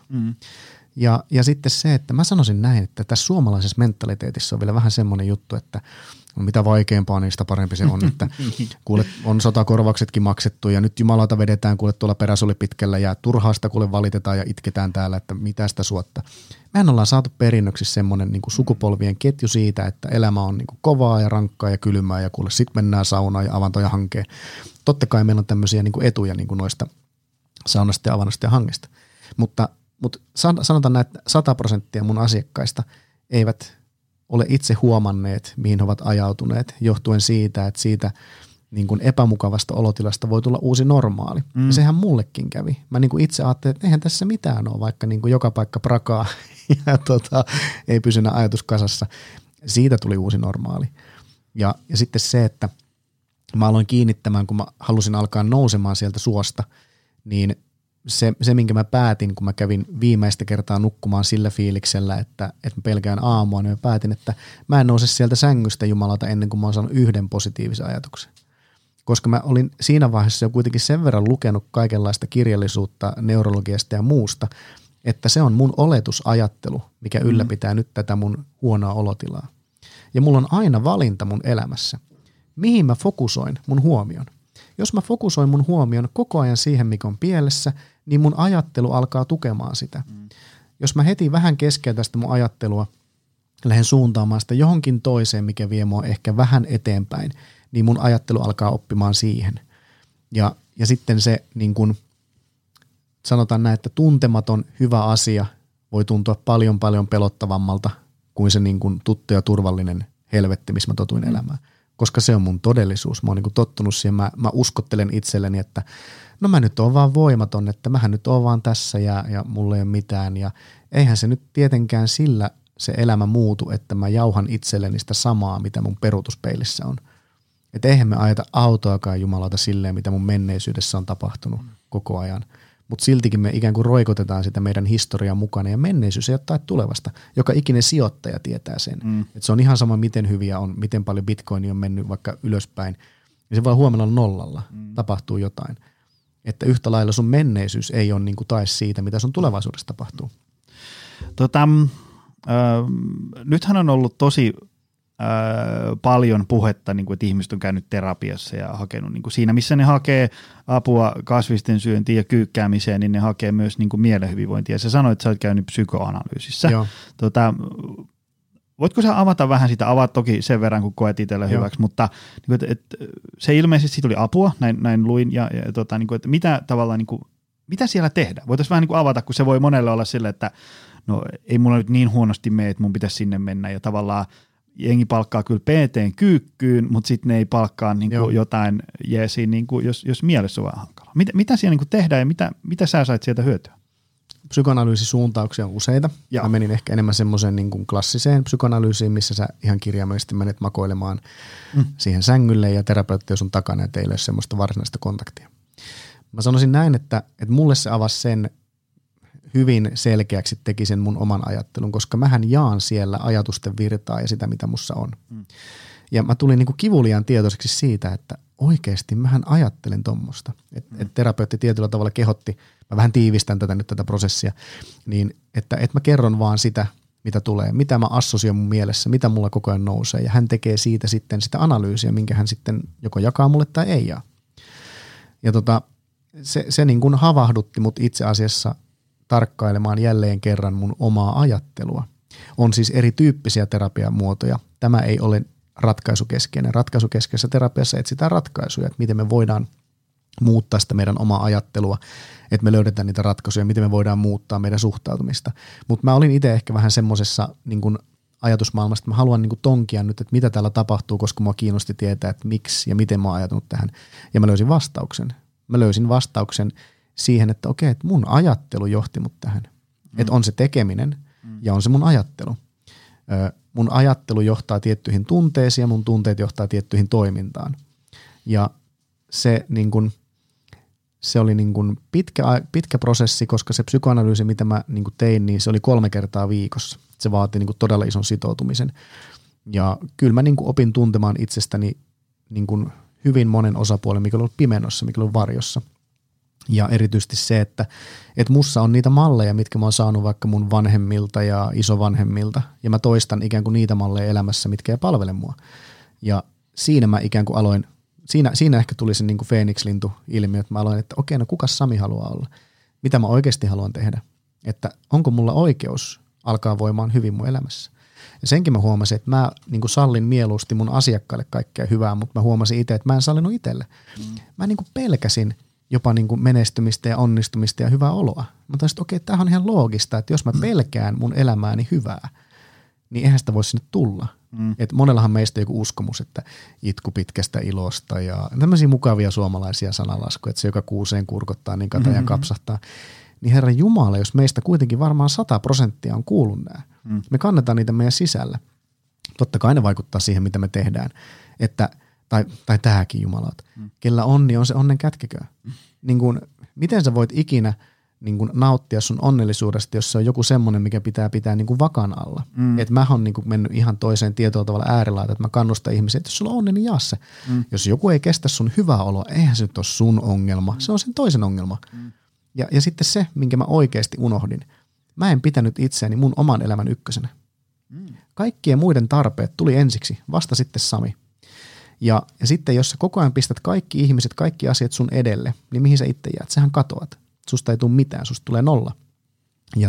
Ja sitten se, että mä sanoisin näin, että tässä suomalaisessa mentaliteetissa on vielä vähän semmoinen juttu, että mitä vaikeampaa, niin sitä parempi se on, että kuule on sotakorvauksetkin maksettu ja nyt jumalauta vedetään kuule tuolla peräsuli pitkällä ja turhaasta kuule valitetaan ja itketään täällä, että mitä sitä suotta. Mehän ollaan saatu perinnöksi semmoinen niin kuin sukupolvien ketju siitä, että elämä on niin kuin kovaa ja rankkaa ja kylmää ja kuule sit mennään saunaan ja avantoja hankeen. Totta kai meillä on tämmöisiä niin kuin etuja niin kuin noista saunasta ja avannosta ja hangesta, mutta sanotaan näin, että 100% mun asiakkaista eivät ole itse huomanneet, mihin he ovat ajautuneet, johtuen siitä, että siitä niin kuin epämukavasta olotilasta voi tulla uusi normaali. Ja sehän mullekin kävi. Mä niin kuin itse ajattelin, että eihän tässä mitään ole, vaikka niin kuin joka paikka prakaa ja ei pysynä ajatus kasassa. Siitä tuli uusi normaali. Ja sitten se, että mä aloin kiinnittämään, kun mä halusin alkaa nousemaan sieltä suosta, niin se, minkä mä päätin, kun mä kävin viimeistä kertaa nukkumaan sillä fiiliksellä, että mä pelkään aamua, niin mä päätin, että mä en nouse sieltä sängystä jumalauta ennen kuin mä oon saanut yhden positiivisen ajatuksen. Koska mä olin siinä vaiheessa jo kuitenkin sen verran lukenut kaikenlaista kirjallisuutta, neurologiasta ja muusta, että se on mun oletusajattelu, mikä ylläpitää nyt tätä mun huonoa olotilaa. Ja mulla on aina valinta mun elämässä, mihin mä fokusoin mun huomion. Jos mä fokusoin mun huomion koko ajan siihen, mikä on pielessä, niin mun ajattelu alkaa tukemaan sitä. Jos mä heti vähän keskeytän sitä mun ajattelua, lähden suuntaamaan sitä johonkin toiseen, mikä vie mua ehkä vähän eteenpäin, niin mun ajattelu alkaa oppimaan siihen. Ja sitten se, niin kun sanotaan näin, että tuntematon hyvä asia voi tuntua paljon pelottavammalta kuin se niin kun tuttu ja turvallinen helvetti, missä mä totuin elämään. Koska se on mun todellisuus. Mä oon niin kuin tottunut siihen, mä uskottelen itselleni, että no mä nyt oon vaan voimaton, että mähän nyt oon vaan tässä ja mulla ei ole mitään. Ja eihän se nyt tietenkään sillä se elämä muutu, että mä jauhan itselleni sitä samaa, mitä mun peruutuspeilissä on. Että eihän me ajeta autoakaan jumalauta silleen, mitä mun menneisyydessä on tapahtunut koko ajan. Mutta siltikin me ikään kuin roikotetaan sitä meidän historiaa mukana ja menneisyys ei ole tulevasta. Joka ikinen sijoittaja tietää sen. Että se on ihan sama, miten hyviä on, miten paljon bitcoinia on mennyt vaikka ylöspäin. Ja se voi huomenna olla nollalla, tapahtuu jotain. Että yhtä lailla sun menneisyys ei ole niin kuin tae siitä, mitä sun tulevaisuudessa tapahtuu. nythän on ollut tosi paljon puhetta, niin kuin, että ihmiset on käynyt terapiassa ja hakenut niin kuin siinä, missä ne hakee apua kasvisten syöntiin ja kyykkäämiseen, niin ne hakee myös niin kuin mielen hyvinvointia. Sä sanoit, että sä olet käynyt psykoanalyysissä. Voitko sä avata vähän sitä, avaat toki sen verran, kun koet itselle hyväksi, mutta niin kuin, että se ilmeisesti siitä oli apua, näin luin, ja niin kuin, että mitä tavallaan, niin kuin, mitä siellä tehdään? Voitaisiin vähän niin kuin avata, kun se voi monelle olla sille, että no ei mulla nyt niin huonosti mene, että mun pitäisi sinne mennä, ja tavallaan jengi palkkaa kyllä PT:n kyykkyyn, mutta sitten ne ei palkkaa niin kuin jotain jeesiä, niin kuin jos mielessä on vähän hankala. Mitä siellä niin kuin tehdään ja mitä sä sait sieltä hyötyä? Psykoanalyysisuuntauksia on useita. Mä menin ehkä enemmän semmoiseen niin kuin klassiseen psykoanalyysiin, missä sä ihan kirjaimellisesti menet makoilemaan siihen sängylle ja terapeutti on sun takana ja teillä ei ole semmoista varsinaista kontaktia. Mä sanoisin näin, että mulle se avasi sen hyvin selkeäksi, teki sen mun oman ajattelun, koska mähän jaan siellä ajatusten virtaa ja sitä, mitä mussa on. Ja mä tulin niin kuin kivuliaan tietoiseksi siitä, että oikeasti mähän ajattelen tommosta. Että terapeutti tietyllä tavalla kehotti, mä vähän tiivistän tätä prosessia, niin että mä kerron vaan sitä, mitä tulee, mitä mä assosioin mun mielessä, mitä mulla koko ajan nousee. Ja hän tekee siitä sitten sitä analyysiä, minkä hän sitten joko jakaa mulle tai ei jaa. Ja se niin kuin havahdutti mut itse asiassa tarkkailemaan jälleen kerran mun omaa ajattelua. On siis erityyppisiä terapiamuotoja. Tämä ei ole ratkaisukeskeinen. Ratkaisukeskeisessä terapiassa etsitään ratkaisuja, että miten me voidaan muuttaa sitä meidän omaa ajattelua, että me löydetään niitä ratkaisuja, miten me voidaan muuttaa meidän suhtautumista. Mutta mä olin itse ehkä vähän semmoisessa niin kuin ajatusmaailmassa, että mä haluan niin kuin tonkia nyt, että mitä täällä tapahtuu, koska mua kiinnosti tietää, että miksi ja miten mä oon ajatunut tähän. Ja mä löysin vastauksen. Mä löysin vastauksen siihen, että okei, että mun ajattelu johti mut tähän. Että on se tekeminen ja on se mun ajattelu. Mun ajattelu johtaa tiettyihin tunteisiin ja mun tunteet johtaa tiettyihin toimintaan. Ja se, niin kun, se oli niin kun pitkä prosessi, koska se psykoanalyysi, mitä mä niin kun tein, niin se oli 3 kertaa viikossa. Se vaati niin kun todella ison sitoutumisen. Ja kyllä mä niin kun opin tuntemaan itsestäni niin kun hyvin monen osapuolen, mikä on ollut pimennossa, mikä on ollut varjossa. Ja erityisesti se, että mussa on niitä malleja, mitkä mä oon saanut vaikka mun vanhemmilta ja isovanhemmilta. Ja mä toistan ikään kuin niitä malleja elämässä, mitkä ei palvele mua. Ja siinä mä ikään kuin aloin, siinä ehkä tuli se niin kuin Phoenix-lintu-ilmiö, että mä aloin, että okei, no kuka Sami haluaa olla? Mitä mä oikeasti haluan tehdä? Että onko mulla oikeus alkaa voimaan hyvin mun elämässä? Ja senkin mä huomasin, että mä niin kuin sallin mieluusti mun asiakkaille kaikkea hyvää, mutta mä huomasin itse, että mä en sallinut itselle. Mä niin kuin pelkäsin jopa niin kuin menestymistä ja onnistumista ja hyvää oloa. Mä taisin, että okei, tämähän on ihan loogista, että jos mä pelkään mun elämääni hyvää, niin eihän sitä voi sinne tulla. Että monellahan meistä on joku uskomus, että itku pitkästä ilosta ja tämmöisiä mukavia suomalaisia sanalaskuja, että se joka kuuseen kurkottaa, niin kata ja kapsahtaa. Niin Herran Jumala, jos meistä kuitenkin varmaan 100% on kuullut nämä. Me kannetaan niitä meidän sisällä. Totta kai ne vaikuttaa siihen, mitä me tehdään. Että tai tämäkin jumalaut. Kellä onni on se onnen kätkeköön. Niin kun, miten sä voit ikinä niin kun nauttia sun onnellisuudesta, jos se on joku semmoinen, mikä pitää niin kun vakan alla. Että mä oon niin kun mennyt ihan toiseen tietyllä tavalla äärilaitaan, että mä kannustan ihmisiä, että jos sulla on onni, niin jaa se. Jos joku ei kestä sun hyvää oloa, eihän se nyt ole sun ongelma. Se on sen toisen ongelma. Ja sitten se, minkä mä oikeasti unohdin. Mä en pitänyt itseäni mun oman elämän ykkösenä. Kaikkien muiden tarpeet tuli ensiksi, vasta sitten Sami. Ja sitten jos sä koko ajan pistät kaikki ihmiset, kaikki asiat sun edelle, niin mihin sä itse jäät? Sähän katoat. Susta ei tule mitään, susta tulee 0. Ja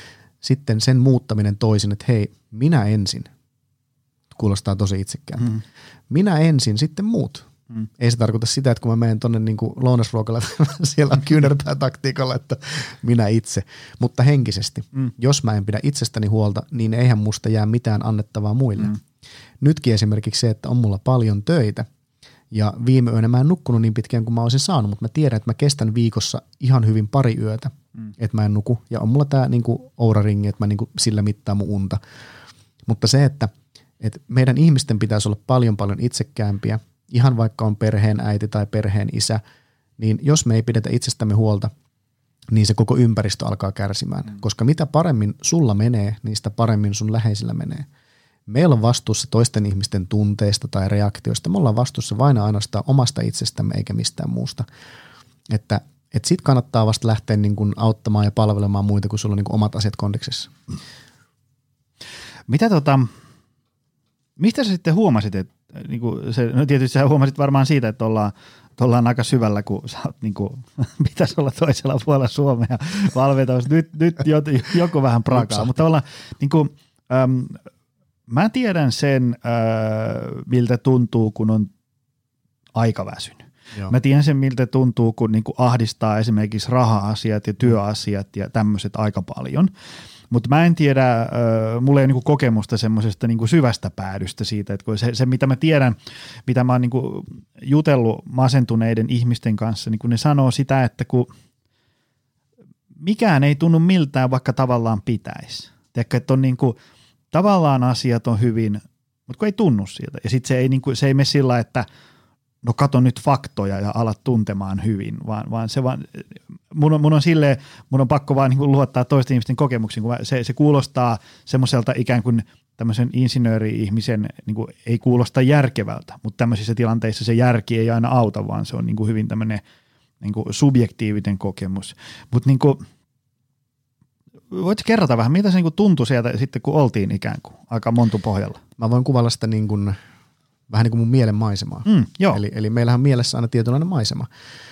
sitten sen muuttaminen toisin, että hei, minä ensin. Kuulostaa tosi itsekkäältä. Minä ensin, sitten muut. Ei se tarkoita sitä, että kun mä menen tonne niin kuin lounasruokalle, siellä on kyynärpäätaktiikalla, että minä itse. Mutta henkisesti, jos mä en pidä itsestäni huolta, niin eihän musta jää mitään annettavaa muille. Nytkin esimerkiksi se, että on mulla paljon töitä ja viime yönä mä en nukkunut niin pitkään kuin mä olisin saanut, mutta mä tiedän, että mä kestän viikossa ihan hyvin 2 yötä, että mä en nuku. Ja on mulla tää niinku Oura-ringi, että mä niinku sillä mittaan mun unta. Mutta se, että meidän ihmisten pitäisi olla paljon itsekkäämpiä, ihan vaikka on perheen äiti tai perheen isä, niin jos me ei pidetä itsestämme huolta, niin se koko ympäristö alkaa kärsimään. Koska mitä paremmin sulla menee, niin sitä paremmin sun läheisillä menee. Meillä on vastuussa toisten ihmisten tunteista tai reaktioista. Me ollaan vastuussa vain ainoastaan omasta itsestämme eikä mistään muusta. Että sit kannattaa vasta lähteä niin kuin auttamaan ja palvelemaan muita, kun sulla on niin kuin omat asiat kondiksessa. Mistä sä sitten huomasit, että no tietysti sä huomasit varmaan siitä, että ollaan aika syvällä, kun sä oot pitäisi olla toisella puolella Suomea valmentamassa. Nyt joku vähän prakaa, mutta ollaan mä tiedän sen, miltä tuntuu, kun on aika väsynyt. Joo. Mä tiedän sen, miltä tuntuu, kun ahdistaa esimerkiksi raha-asiat ja työasiat ja tämmöiset aika paljon. Mutta mä en tiedä, mulla ei ole kokemusta semmoisesta syvästä päädystä siitä, että se mitä mä tiedän, mitä mä oon jutellut masentuneiden ihmisten kanssa, niin kun ne sanoo sitä, että kun mikään ei tunnu miltään, vaikka tavallaan pitäisi. Tiedätkö, että on tavallaan asiat on hyvin, mutta kun ei tunnu siltä. Ja sitten se ei mene sillä, että no kato nyt faktoja ja alat tuntemaan hyvin, vaan se vaan, mun on pakko vaan luottaa toisten ihmisten kokemuksiin, kun se kuulostaa semmoiselta ikään kuin tämmöisen insinööri-ihmisen ei kuulosta järkevältä, mutta tämmöisissä tilanteissa se järki ei aina auta, vaan se on hyvin tämmöinen subjektiivinen kokemus. Mutta voitko kerrata vähän, mitä se tuntui sieltä sitten, kun oltiin ikään kuin aika montupohjalla? Mä voin kuvailla sitä vähän niin kuin mun mielen maisemaa. Eli meillähän on mielessä aina tietynlainen maisema.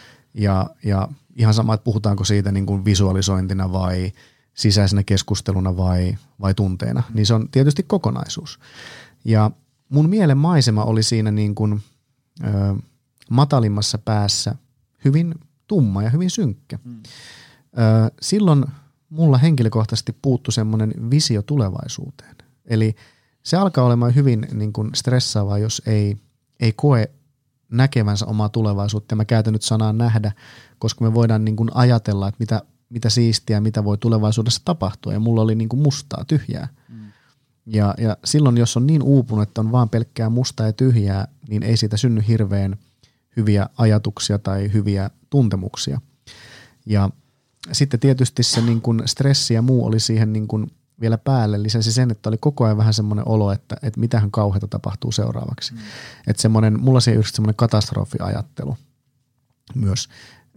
Ja ihan sama, että puhutaanko siitä niin kuin visualisointina vai sisäisenä keskusteluna vai tunteena, niin se on tietysti kokonaisuus. Ja mun mielen maisema oli siinä niin kuin, matalimmassa päässä hyvin tumma ja hyvin synkkä. Silloin mulla henkilökohtaisesti puuttui semmoinen visio tulevaisuuteen. Eli se alkaa olemaan hyvin niin kuin stressaavaa, jos ei koe näkevänsä omaa tulevaisuutta. Ja mä käytän nyt sanaa nähdä, koska me voidaan niin kuin ajatella, että mitä siistiä, mitä voi tulevaisuudessa tapahtua. Ja mulla oli niin kuin mustaa, tyhjää. Ja silloin, jos on niin uupunut, että on vaan pelkkää mustaa ja tyhjää, niin ei siitä synny hirveän hyviä ajatuksia tai hyviä tuntemuksia. Ja sitten tietysti se niin kuin stressi ja muu oli siihen niin kuin vielä päälle, lisäsi sen, että oli koko ajan vähän semmoinen olo, että mitähän kauheata tapahtuu seuraavaksi. Että semmoinen, mulla se yhdessä semmoinen katastrofiajattelu myös.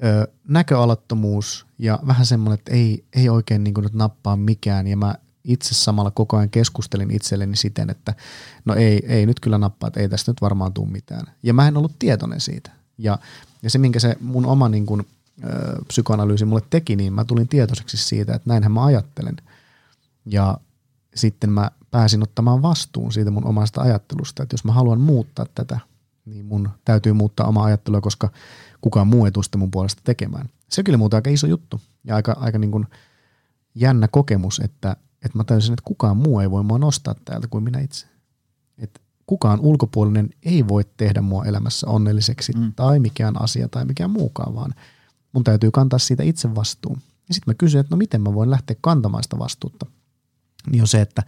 Näköalattomuus ja vähän semmoinen, että ei oikein niin kuin nyt nappaa mikään ja mä itse samalla koko ajan keskustelin itselleni siten, että no ei nyt kyllä nappaa, että ei tästä nyt varmaan tule mitään. Ja mä en ollut tietoinen siitä. Ja se, minkä se mun oma niin kuin, psykoanalyysi mulle teki, niin mä tulin tietoiseksi siitä, että näinhän mä ajattelen. Ja sitten mä pääsin ottamaan vastuun siitä mun omasta ajattelusta, että jos mä haluan muuttaa tätä, niin mun täytyy muuttaa omaa ajattelua, koska kukaan muu ei tule sitä mun puolesta tekemään. Se kyllä muuten aika iso juttu ja aika niin kuin jännä kokemus, että mä täysin, että kukaan muu ei voi mua nostaa täältä kuin minä itse. Että kukaan ulkopuolinen ei voi tehdä mua elämässä onnelliseksi tai mikään asia tai mikään muukaan, vaan mun täytyy kantaa siitä itse vastuun. Ja sitten mä kysyin, että no miten mä voin lähteä kantamaan sitä vastuuta. Niin on se, että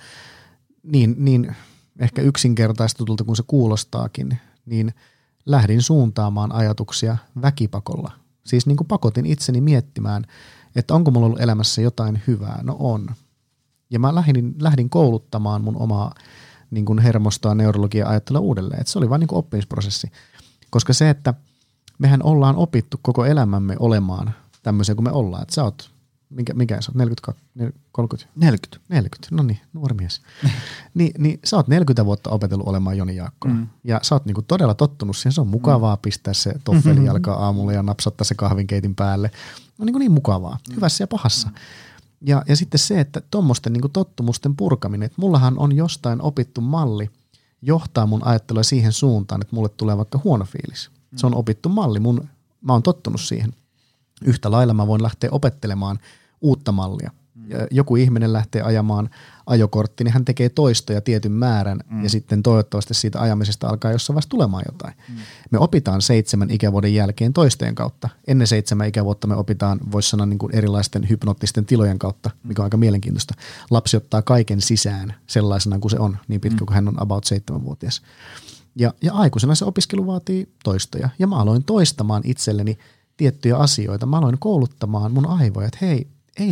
niin ehkä yksinkertaistutulta kuin se kuulostaakin, niin lähdin suuntaamaan ajatuksia väkipakolla. Siis niin kuin pakotin itseni miettimään, että onko mulla ollut elämässä jotain hyvää. No on. Ja mä lähdin kouluttamaan mun omaa niin kuin hermostoa, neurologiaa ajattelua uudelleen. Että se oli vain niin kuin oppimisprosessi. Koska se, että mehän ollaan opittu koko elämämme olemaan tämmöisiä kuin me ollaan. Että sä oot, mikä sä oot, 42, 30? 40, no niin, nuori mies. niin sä oot 40 vuotta opetellut olemaan Joni Jaakkola. Ja sä oot niinku todella tottunut siihen. Se on mukavaa pistää se toffeli jalkaa aamulla ja napsattaa se kahvinkeitin päälle. On niin mukavaa, hyvässä ja pahassa. Ja sitten se, että tuommoisten niinku tottumusten purkaminen, että mullahan on jostain opittu malli johtaa mun ajattelua siihen suuntaan, että mulle tulee vaikka huono fiilis. Se on opittu malli, mä oon tottunut siihen. Yhtä lailla mä voin lähteä opettelemaan uutta mallia. Ja joku ihminen lähtee ajamaan ajokortti, niin hän tekee toistoja tietyn määrän ja sitten toivottavasti siitä ajamisesta alkaa jossain vaiheessa tulemaan jotain. Me opitaan 7 ikävuoden jälkeen toistojen kautta. Ennen 7 ikävuotta me opitaan, voisi sanoa niin kuin erilaisten hypnoottisten tilojen kautta, mikä on aika mielenkiintoista. Lapsi ottaa kaiken sisään sellaisena kuin se on, niin pitkä kuin hän on about 7-vuotias. Ja aikuisena se opiskelu vaatii toistoja. Ja mä aloin toistamaan itselleni tiettyjä asioita. Mä aloin kouluttamaan mun aivoja, että hei,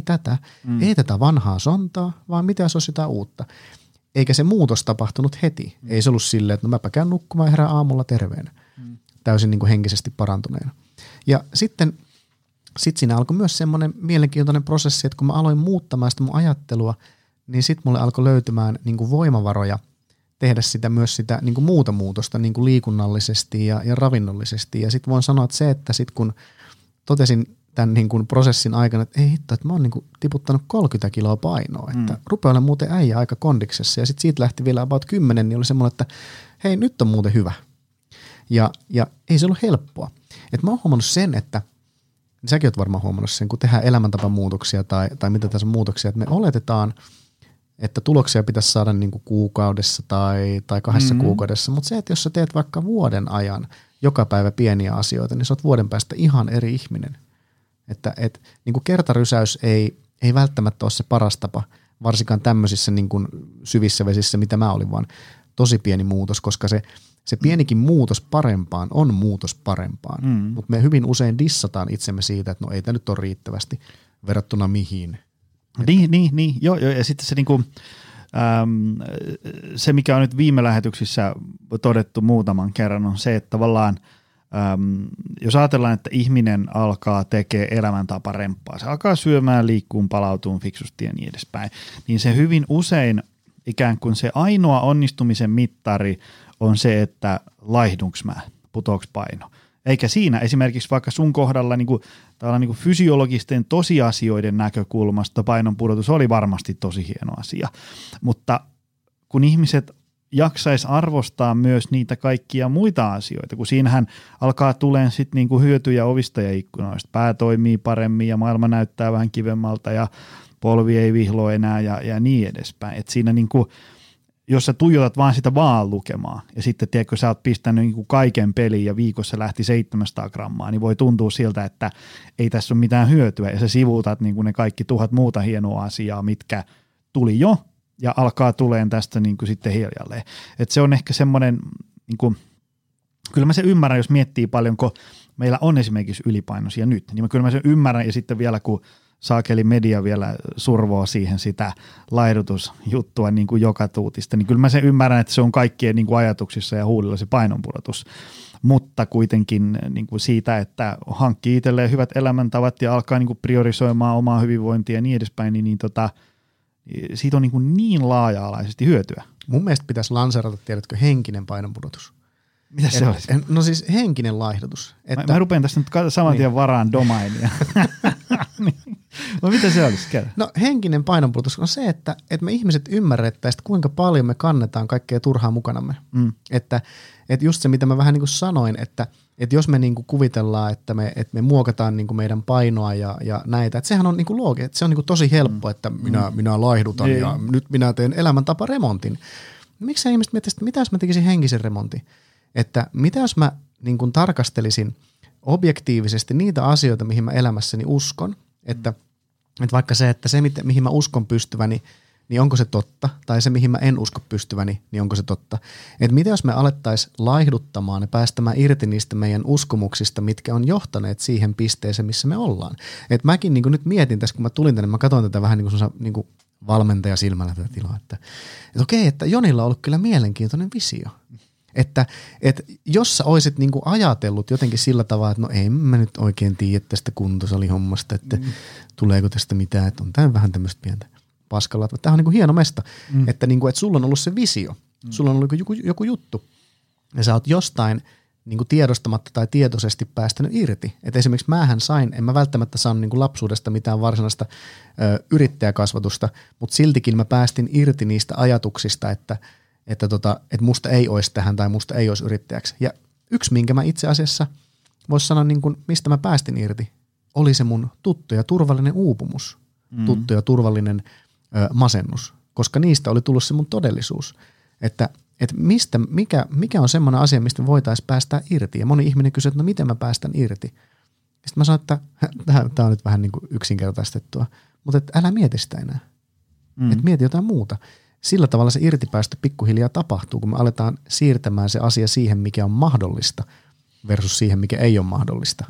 ei tätä vanhaa sontaa, vaan mitä jos olisi jotain uutta. Eikä se muutos tapahtunut heti. Ei se ollut silleen, että no mäpä käyn nukkumaan ja herään aamulla terveenä. Täysin niin kuin henkisesti parantuneena. Ja sitten siinä alkoi myös semmoinen mielenkiintoinen prosessi, että kun mä aloin muuttamaan sitä mun ajattelua, niin sitten mulle alkoi löytymään niin kuin voimavaroja tehdä sitä myös sitä niin kuin muuta muutosta niin kuin liikunnallisesti ja ravinnollisesti. Ja sitten voin sanoa, että se, että sitten kun totesin tämän niin kuin prosessin aikana, että ei hitto, että mä oon niin kuin tiputtanut 30 kiloa painoa, että rupeaa olemaan muuten äijä aika kondiksessa. Ja sitten siitä lähti vielä about 10, niin oli semmoinen, että hei, nyt on muuten hyvä. Ja ei se ollut helppoa. Että mä oon huomannut sen, että säkin oot varmaan huomannut sen, kun tehdään elämäntapamuutoksia tai mitä tässä on muutoksia, että me oletetaan, että tuloksia pitäisi saada niin kuin kuukaudessa tai 2 kuukaudessa, mutta se, että jos sä teet vaikka vuoden ajan joka päivä pieniä asioita, niin sä oot vuoden päästä ihan eri ihminen. Että niin kuin kertarysäys ei välttämättä ole se paras tapa, varsinkaan tämmöisissä niin kuin syvissä vesissä, mitä mä olin, vaan tosi pieni muutos, koska se pienikin muutos parempaan on muutos parempaan, mutta me hyvin usein dissataan itsemme siitä, että no ei tämä nyt ole riittävästi verrattuna mihin. Niin. Joo, ja sitten se, niinku, se, mikä on nyt viime lähetyksissä todettu muutaman kerran, on se, että tavallaan jos ajatellaan, että ihminen alkaa tekemään elämäntaparemppaa, se alkaa syömään, liikkuun, palautuun fiksusti ja niin edespäin, niin se hyvin usein ikään kuin se ainoa onnistumisen mittari on se, että laihdunks mä, putoaks paino. Eikä siinä esimerkiksi vaikka sun kohdalla niin kuin fysiologisten tosiasioiden näkökulmasta painon pudotus oli varmasti tosi hieno asia, mutta kun ihmiset jaksais arvostaa myös niitä kaikkia muita asioita, kun siinähän alkaa tulemaan sitten niinku hyötyjä ovista ja ikkunoista. Pää toimii paremmin ja maailma näyttää vähän kivemmalta ja polvi ei vihlo enää ja niin edespäin. Et siinä niinku, jos sä tuijotat vaan sitä vaan lukemaan ja sitten tiedätkö, sä oot pistänyt niinku kaiken peliin ja viikossa lähti 700 grammaa, niin voi tuntua siltä, että ei tässä ole mitään hyötyä ja sä sivuutat niinku ne kaikki 1000 muuta hienoa asiaa, mitkä tuli jo ja alkaa tuleen tästä niin kuin sitten hiljalleen. Että se on ehkä semmoinen, niin kuin, kyllä mä sen ymmärrän, jos miettii paljonko meillä on esimerkiksi ylipainoisia nyt, niin kyllä mä sen ymmärrän ja sitten vielä kun saakeli media vielä survoo siihen sitä laihdutusjuttua niin kuin joka tuutista, niin kyllä mä sen ymmärrän, että se on kaikkien niin kuin ajatuksissa ja huulilla se painonpudotus, mutta kuitenkin niin kuin siitä, että hankkii itselleen hyvät elämäntavat ja alkaa niin kuin priorisoimaan omaa hyvinvointia ja niin edespäin, niin siitä on niin laaja-alaisesti hyötyä. Mun mielestä pitäisi lanserata, tiedätkö, henkinen painonpudotus. Mitä se olisi? No siis henkinen laihdutus. Mä rupean tästä nyt saman tien varaan domainia. No mitä se olisi? No henkinen painonpudotus on se, että me ihmiset ymmärrettäisiin, kuinka paljon me kannetaan kaikkea turhaa mukanamme. Että just se, mitä mä vähän niin kuin sanoin, että jos me niin kuin kuvitellaan, että me muokataan niin kuin meidän painoa ja näitä, että sehän on niin kuin loogista, että se on niin kuin tosi helppo, että minä laihdutan ja nyt minä teen elämäntaparemontin. Miksi sä ihmiset miettisit, että mitä jos mä tekisin henkisen remontin? Että mitä jos mä niin kuin tarkastelisin objektiivisesti niitä asioita, mihin mä elämässäni uskon, että vaikka se, että se, mihin mä uskon pystyväni, niin onko se totta, tai se, mihin mä en usko pystyväni, niin onko se totta. Että mitä jos me alettaisiin laihduttamaan ja päästämään irti niistä meidän uskomuksista, mitkä on johtaneet siihen pisteeseen, missä me ollaan. Että mäkin niin kuin nyt mietin tässä, kun mä tulin tänne, mä katsoin tätä vähän niin kuin valmentaja silmällä tätä tilaa, että okei, että Jonilla on ollut kyllä mielenkiintoinen visio. Että jos sä oisit niin kuin ajatellut jotenkin sillä tavalla, että no en mä nyt oikein tiedä tästä kuntosalihommasta, että tuleeko tästä mitään, että on tämä vähän tämmöistä pientä paskalla. Tämä on niin kuin hieno mesta, että, niin kuin, että sulla on ollut se visio, sulla on ollut joku juttu ja sä oot jostain niin kuin tiedostamatta tai tietoisesti päästänyt irti. Että esimerkiksi en mä välttämättä saanut niin kuin lapsuudesta mitään varsinaista yrittäjäkasvatusta, mutta siltikin mä päästin irti niistä ajatuksista, että musta ei olisi tähän tai musta ei olisi yrittäjäksi. Ja yksi, minkä mä itse asiassa voisi sanoa, niin kuin, mistä mä päästin irti, oli se mun tuttu ja turvallinen uupumus, tuttu ja turvallinen masennus, koska niistä oli tullut se mun todellisuus. Että mikä on semmoinen asia, mistä voitaisiin päästä irti. Ja moni ihminen kysyy, että no miten mä päästän irti. Sitten mä sanoin, että tämä on nyt vähän niin kuin yksinkertaistettua, mutta että älä mieti sitä enää. Että mieti jotain muuta. Sillä tavalla se irtipäästö pikkuhiljaa tapahtuu, kun me aletaan siirtämään se asia siihen, mikä on mahdollista versus siihen, mikä ei ole mahdollista.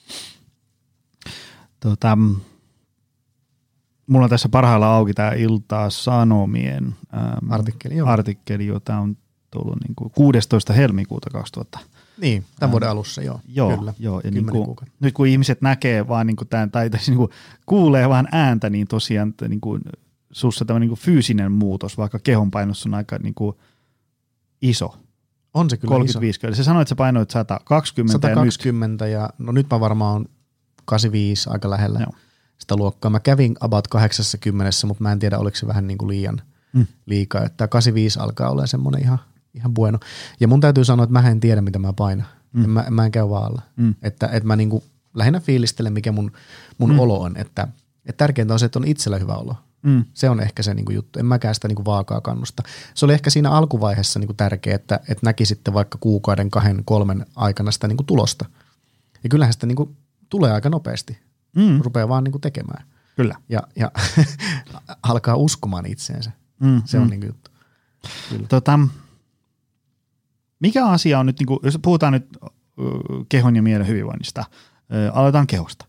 Mulla on tässä parhaillaan auki tämä Ilta-Sanomien artikkeli, jota on tullut niin kuin 16. helmikuuta 2000. Niin, tämän vuoden alussa, joo. Kyllä, joo ja niin kuin, nyt kun ihmiset näkee vaan niin kuin tämän, tai niin kuin kuulee vaan ääntä, niin tosiaan niin kuin sussa tämmöinen niin fyysinen muutos, vaikka kehonpainossa on aika niin kuin iso. On se kyllä 35 iso. Se sanoi, että sä painoit 120. 120 ja nyt mä varmaan on 85 aika lähellä sitä luokkaa. Mä kävin about 80, mutta mä en tiedä, oliko se vähän niin kuin liikaa. Että 85 alkaa olla semmoinen ihan bueno. Ja mun täytyy sanoa, että mä en tiedä, mitä mä painan. Mä en käy vaalla. Että mä niin kuin lähinnä fiilistelen, mikä mun olo on. Että tärkeintä on se, että on itsellä hyvä olo. Se on ehkä se niinku juttu. En mäkään sitä niinku vaakaa kannusta. Se oli ehkä siinä alkuvaiheessa niinku tärkeää, että näki sitten vaikka kuukauden, 2-3 aikana sitä niinku tulosta. Ja kyllähän sitä niinku tulee aika nopeasti. Rupeaa vaan niinku tekemään. Kyllä. Ja alkaa uskomaan itseensä. Se on niinku juttu. Kyllä. Mikä asia on nyt, niinku, jos puhutaan nyt kehon ja mielen hyvinvoinnista, aloitetaan kehosta.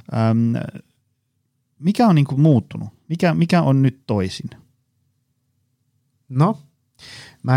Mikä on niinku muuttunut? Mikä on nyt toisin? No, mä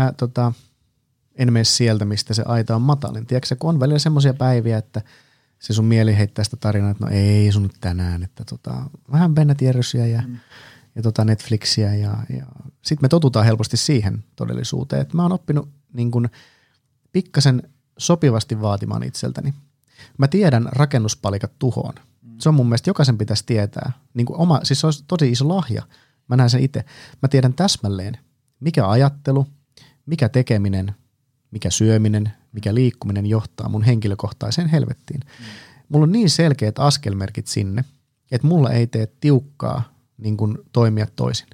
en mene sieltä, mistä se aita on matalin. Tiedätkö, kun on välillä semmoisia päiviä, että se sun mieli heittää sitä tarinaa, että no ei sun nyt tänään, että vähän Ben & Jerry'siä ja Netflixiä ja sitten me totutaan helposti siihen todellisuuteen, että mä oon oppinut niin kun pikkasen sopivasti vaatimaan itseltäni. Mä tiedän rakennuspalikat tuhoon. Se on mun mielestä jokaisen pitäisi tietää. Niin kuin siis se olisi tosi iso lahja. Mä näen sen itse. Mä tiedän täsmälleen, mikä ajattelu, mikä tekeminen, mikä syöminen, mikä liikkuminen johtaa mun henkilökohtaiseen helvettiin. Mulla on niin selkeät askelmerkit sinne, että mulla ei tee tiukkaa niin kuin toimia toisin.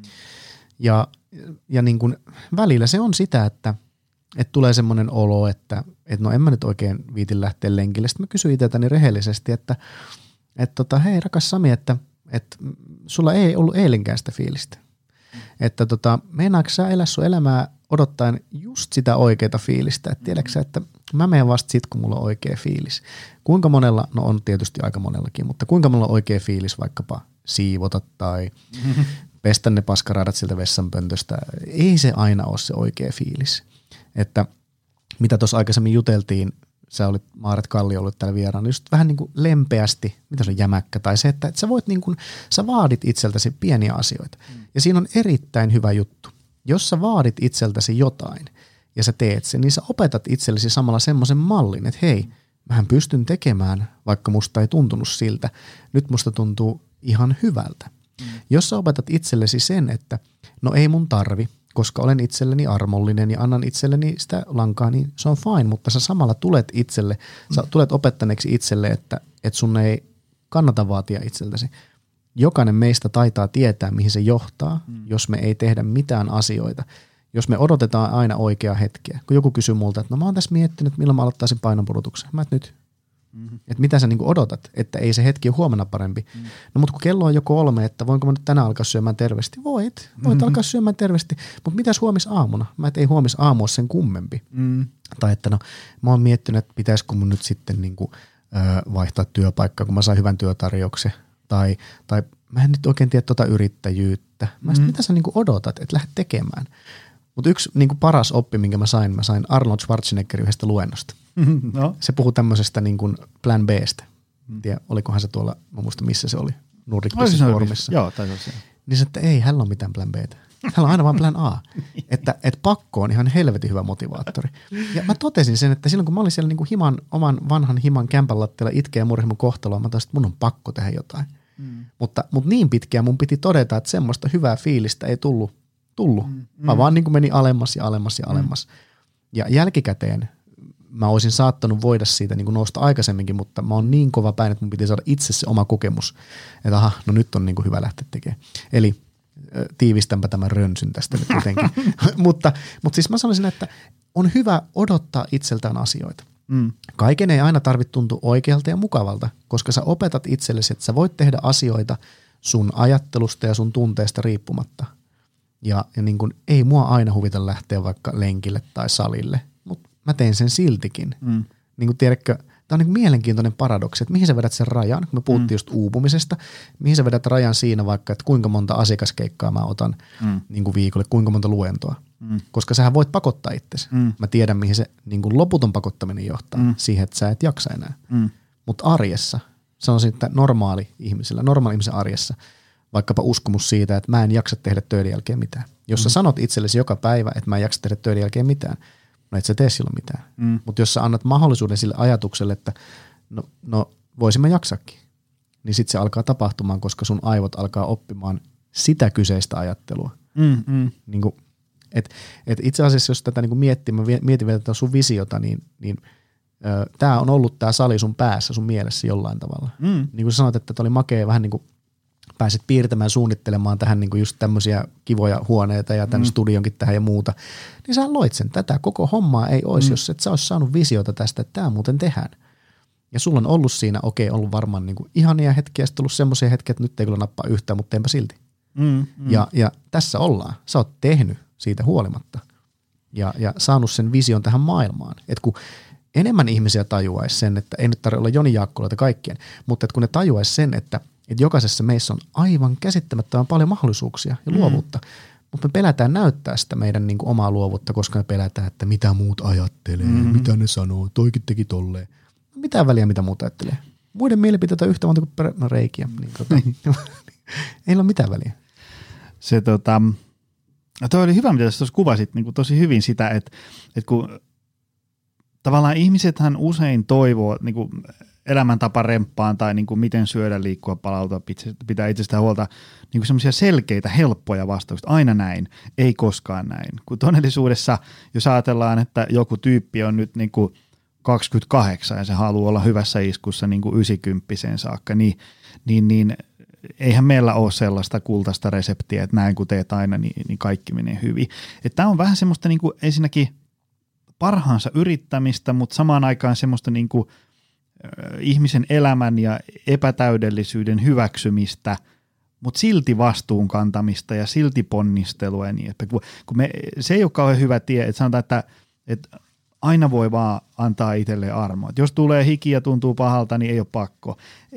Ja niin kuin välillä se on sitä, että tulee semmoinen olo, että no en mä nyt oikein viitin lähteä lenkille. Sitten mä kysyin itseltäni rehellisesti, että hei rakas Sami, että sulla ei ollut eilenkään sitä fiilistä. Että meinaatko sä elää sun elämää odottaen just sitä oikeaa fiilistä? Että tiedätkö sä, että mä menen vasta sit, kun mulla on oikea fiilis. Kuinka monella, no on tietysti aika monellakin, mutta kuinka monella on oikea fiilis vaikkapa siivota tai pestä ne paskaraadat sieltä vessanpöntöstä. Ei se aina ole se oikea fiilis. Että mitä tuossa aikaisemmin juteltiin, sä olit Maaret Kallio ollut täällä vieraana, just vähän niin kuin lempeästi, mitä se on jämäkkä, tai se, että sä voit niin kuin, sä vaadit itseltäsi pieniä asioita. Ja siinä on erittäin hyvä juttu. Jos sä vaadit itseltäsi jotain ja sä teet sen, niin sä opetat itsellesi samalla semmoisen mallin, että hei, mähän pystyn tekemään, vaikka musta ei tuntunut siltä, nyt musta tuntuu ihan hyvältä. Jos sä opetat itsellesi sen, että no ei mun tarvi, koska olen itselleni armollinen ja annan itselleni sitä lankaa, niin se on fine, mutta sä samalla sä tulet opettaneeksi itselle, että sun ei kannata vaatia itseltäsi. Jokainen meistä taitaa tietää, mihin se johtaa, jos me ei tehdä mitään asioita. Jos me odotetaan aina oikeaa hetkeä. Kun joku kysyy multa, että no mä oon tässä miettinyt, milloin mä aloittaisin painonpudotuksen. Mä et nyt. Että mitä sä niinku odotat, että ei se hetki ole huomenna parempi. No mutta kun kello on jo 3, että voinko mä nyt tänään alkaa syömään terveesti? Voit alkaa syömään terveesti, mutta mitäs huomis aamuna? Mä et ei huomis aamu ole sen kummempi. Tai että no mä oon miettinyt, että pitäisikö mun nyt sitten niinku, vaihtaa työpaikkaa, kun mä sain hyvän työtarjouksen. Tai mä en nyt oikein tiedä yrittäjyyttä. Mitä sä niinku odotat, että lähdet tekemään? Mutta yksi niinku paras oppi, minkä mä sain Arnold Schwarzeneggerin yhdestä luennosta. No. Se puhui tämmöisestä niin kuin plan B:stä. En tiedä, olikohan se tuolla, mä muista missä se oli, Nordic Business Forumissa. Joo, taisi olla se. Niin se, että ei, hänellä ole mitään plan B:tä. Hänellä on aina vaan plan A. että pakko on ihan helvetin hyvä motivaattori. Ja mä totesin sen, että silloin kun mä olin siellä niin kuin oman vanhan himan kämpän lattialla itkeä ja murhi mun kohtaloa, mä taas, että mun on pakko tehdä jotain. Mutta niin pitkään mun piti todeta, että semmoista hyvää fiilistä ei tullut. Mä vaan niin kuin menin alemmas ja alemmas ja alemmas. Ja jälkikäteen mä olisin saattanut voida siitä niin kuin nousta aikaisemminkin, mutta mä oon niin kova päin, että mun piti saada itse se oma kokemus, että aha, no nyt on niin kuin hyvä lähteä tekemään. Eli tiivistänpä tämän rönsyn tästä nyt jotenkin. mutta siis mä sanoisin, että on hyvä odottaa itseltään asioita. Kaiken ei aina tarvitse tuntua oikealta ja mukavalta, koska sä opetat itsellesi, että sä voit tehdä asioita sun ajattelusta ja sun tunteesta riippumatta. Ja niin kuin, ei mua aina huvita lähteä vaikka lenkille tai salille, mutta mä teen sen siltikin. Niin kuin tiedätkö, tämä on niin kuin mielenkiintoinen paradoksi, että mihin sä vedät sen rajan, kun me puhuttiin just uupumisesta, mihin sä vedät rajan siinä vaikka, että kuinka monta asiakaskeikkaa mä otan niin kuin viikolle, kuinka monta luentoa. Koska sähän voit pakottaa itsesi. Mä tiedän, mihin se niin kuin loputon pakottaminen johtaa, siihen, että sä et jaksa enää. Mutta arjessa, sanoisin, että normaali ihmisen arjessa, vaikkapa uskomus siitä, että mä en jaksa tehdä töiden jälkeen mitään. Jos sä sanot itsellesi joka päivä, että mä en jaksa tehdä töiden jälkeen mitään, no et sä tee silloin mitään. Mutta jos sä annat mahdollisuuden sille ajatukselle, että no voisimme jaksakin, niin sitten se alkaa tapahtumaan, koska sun aivot alkaa oppimaan sitä kyseistä ajattelua. Niin kuin, et itse asiassa, jos tätä niin mietin vielä tätä sun visiota, niin tämä on ollut tämä sali sun päässä, sun mielessä jollain tavalla. Niin kuin sanoit, että oli makea vähän niin kuin pääset piirtämään, suunnittelemaan tähän niin kuin just tämmöisiä kivoja huoneita ja tämän studionkin tähän ja muuta, niin sä loit sen. Tätä koko hommaa ei olisi, jos et sä olisi saanut visiota tästä, että tämä muuten tehdään. Ja sulla on ollut siinä, ollut varmaan niin kuin ihania hetkiä, sitten ollut semmoisia hetkiä, että nyt ei kyllä nappaa yhtään, mutta teenpä silti. Ja tässä ollaan. Sä oot tehnyt siitä huolimatta ja saanut sen vision tähän maailmaan. Et kun enemmän ihmisiä tajuaisi sen, että ei nyt tarvitse olla Joni Jaakkoloita kaikkien, mutta että kun ne tajuaisi sen, että jokaisessa meissä on aivan käsittämättömän paljon mahdollisuuksia ja luovuutta, mutta me pelätään näyttää sitä meidän niin kuin omaa luovuutta, koska me pelätään, että mitä muut ajattelee, mitä ne sanoo, toikin teki tolleen. Mitään väliä, mitä muut ajattelee. Muiden mielipiteitä yhtä monta kuin reikiä. Niin, ei ole mitään väliä. Se toi oli hyvä, mitä tuossa kuvasit niin kuin tosi hyvin sitä, että kun tavallaan ihmisethän usein toivoo niin kuin elämäntapa remppaan tai niin kuin miten syödä, liikkua, palautua, pitää itsestään huolta, niin kuin semmoisia selkeitä, helppoja vastauksia. Aina näin, ei koskaan näin. Kun todellisuudessa, jos ajatellaan, että joku tyyppi on nyt niin kuin 28 ja se haluaa olla hyvässä iskussa niin kuin 90 saakka, niin eihän meillä ole sellaista kultaista reseptiä, että näin kun teet aina, niin kaikki menee hyvin. Tämä on vähän semmoista niin kuin ensinnäkin parhaansa yrittämistä, mutta samaan aikaan semmoista niin kuin ihmisen elämän ja epätäydellisyyden hyväksymistä, mutta silti vastuun kantamista ja silti ponnistelua ja niin, että kun se ei ole kauhean hyvä tie, että sanotaan, että aina voi vaan antaa itselleen armoa. Että jos tulee hiki ja tuntuu pahalta, niin ei ole pakko.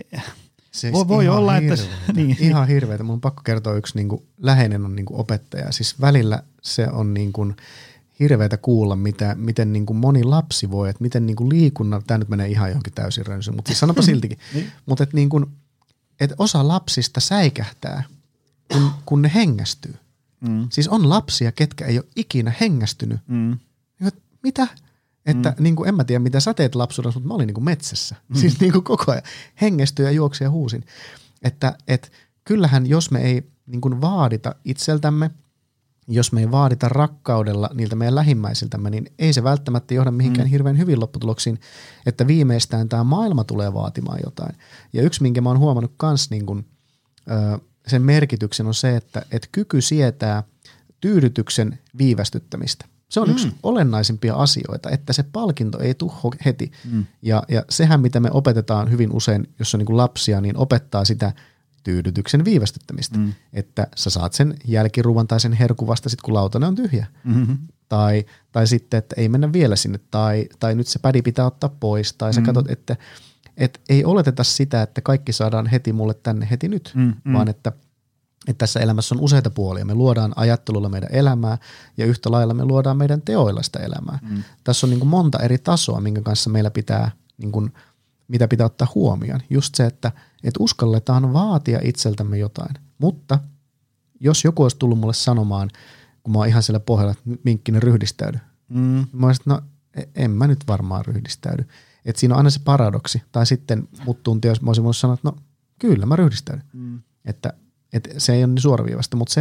Voi olla, että niin. Ihan hirveätä. Mun on pakko kertoa yksi niin kuin, läheinen on niin kuin opettaja. Siis välillä se on niin kuin hirveätä kuulla, miten niin kuin moni lapsi voi, että miten niin kuin liikunnan, tämä nyt menee ihan johonkin täysin rönsyyn, mutta siis sanopa siltikin, mutta että niin kuin, että osa lapsista säikähtää, kun ne hengästyy. Siis on lapsia, ketkä ei ole ikinä hengästynyt. Mitä? Että niin kuin, en mä tiedä, mitä sä teet lapsuudessa, mutta mä olin niin kuin metsässä. Siis niin kuin koko ajan hengästyi ja juoksi ja huusin. Että kyllähän, jos me ei niin kuin vaadita itseltämme, jos me ei vaadita rakkaudella niiltä meidän lähimmäisiltämme, niin ei se välttämättä johda mihinkään hirveän hyvin lopputuloksiin, että viimeistään tämä maailma tulee vaatimaan jotain. Ja yksi, minkä mä oon huomannut kans niin kuin, sen merkityksen on se, että kyky sietää tyydytyksen viivästyttämistä. Se on yksi olennaisimpia asioita, että se palkinto ei tule heti. Ja sehän, mitä me opetetaan hyvin usein, jos on niin kuin lapsia, niin opettaa sitä tyydytyksen viivästyttämistä. Että sä saat sen jälkiruuan tai sen herkun vasta sit, kun lautanen on tyhjä. Tai sitten, että ei mennä vielä sinne. Tai nyt se pädi pitää ottaa pois. Tai sä katsot, että ei oleteta sitä, että kaikki saadaan heti mulle tänne heti nyt, vaan että tässä elämässä on useita puolia. Me luodaan ajattelulla meidän elämää ja yhtä lailla me luodaan meidän teoilla sitä elämää. Tässä on niin kuin monta eri tasoa, minkä kanssa meillä pitää, niin kuin, mitä pitää ottaa huomioon. Just se, että uskalletaan vaatia itseltämme jotain. Mutta jos joku olisi tullut mulle sanomaan, kun mä oon ihan siellä pohjalla, että Minkkinen ryhdistäydy. Mä olisin, no en mä nyt varmaan ryhdistäydy. Että siinä on aina se paradoksi. Tai sitten mut tunti, jos mä olisin voinut sanoa, että no kyllä mä ryhdistäydyn. Että se ei ole niin suoraviivasta, mutta se,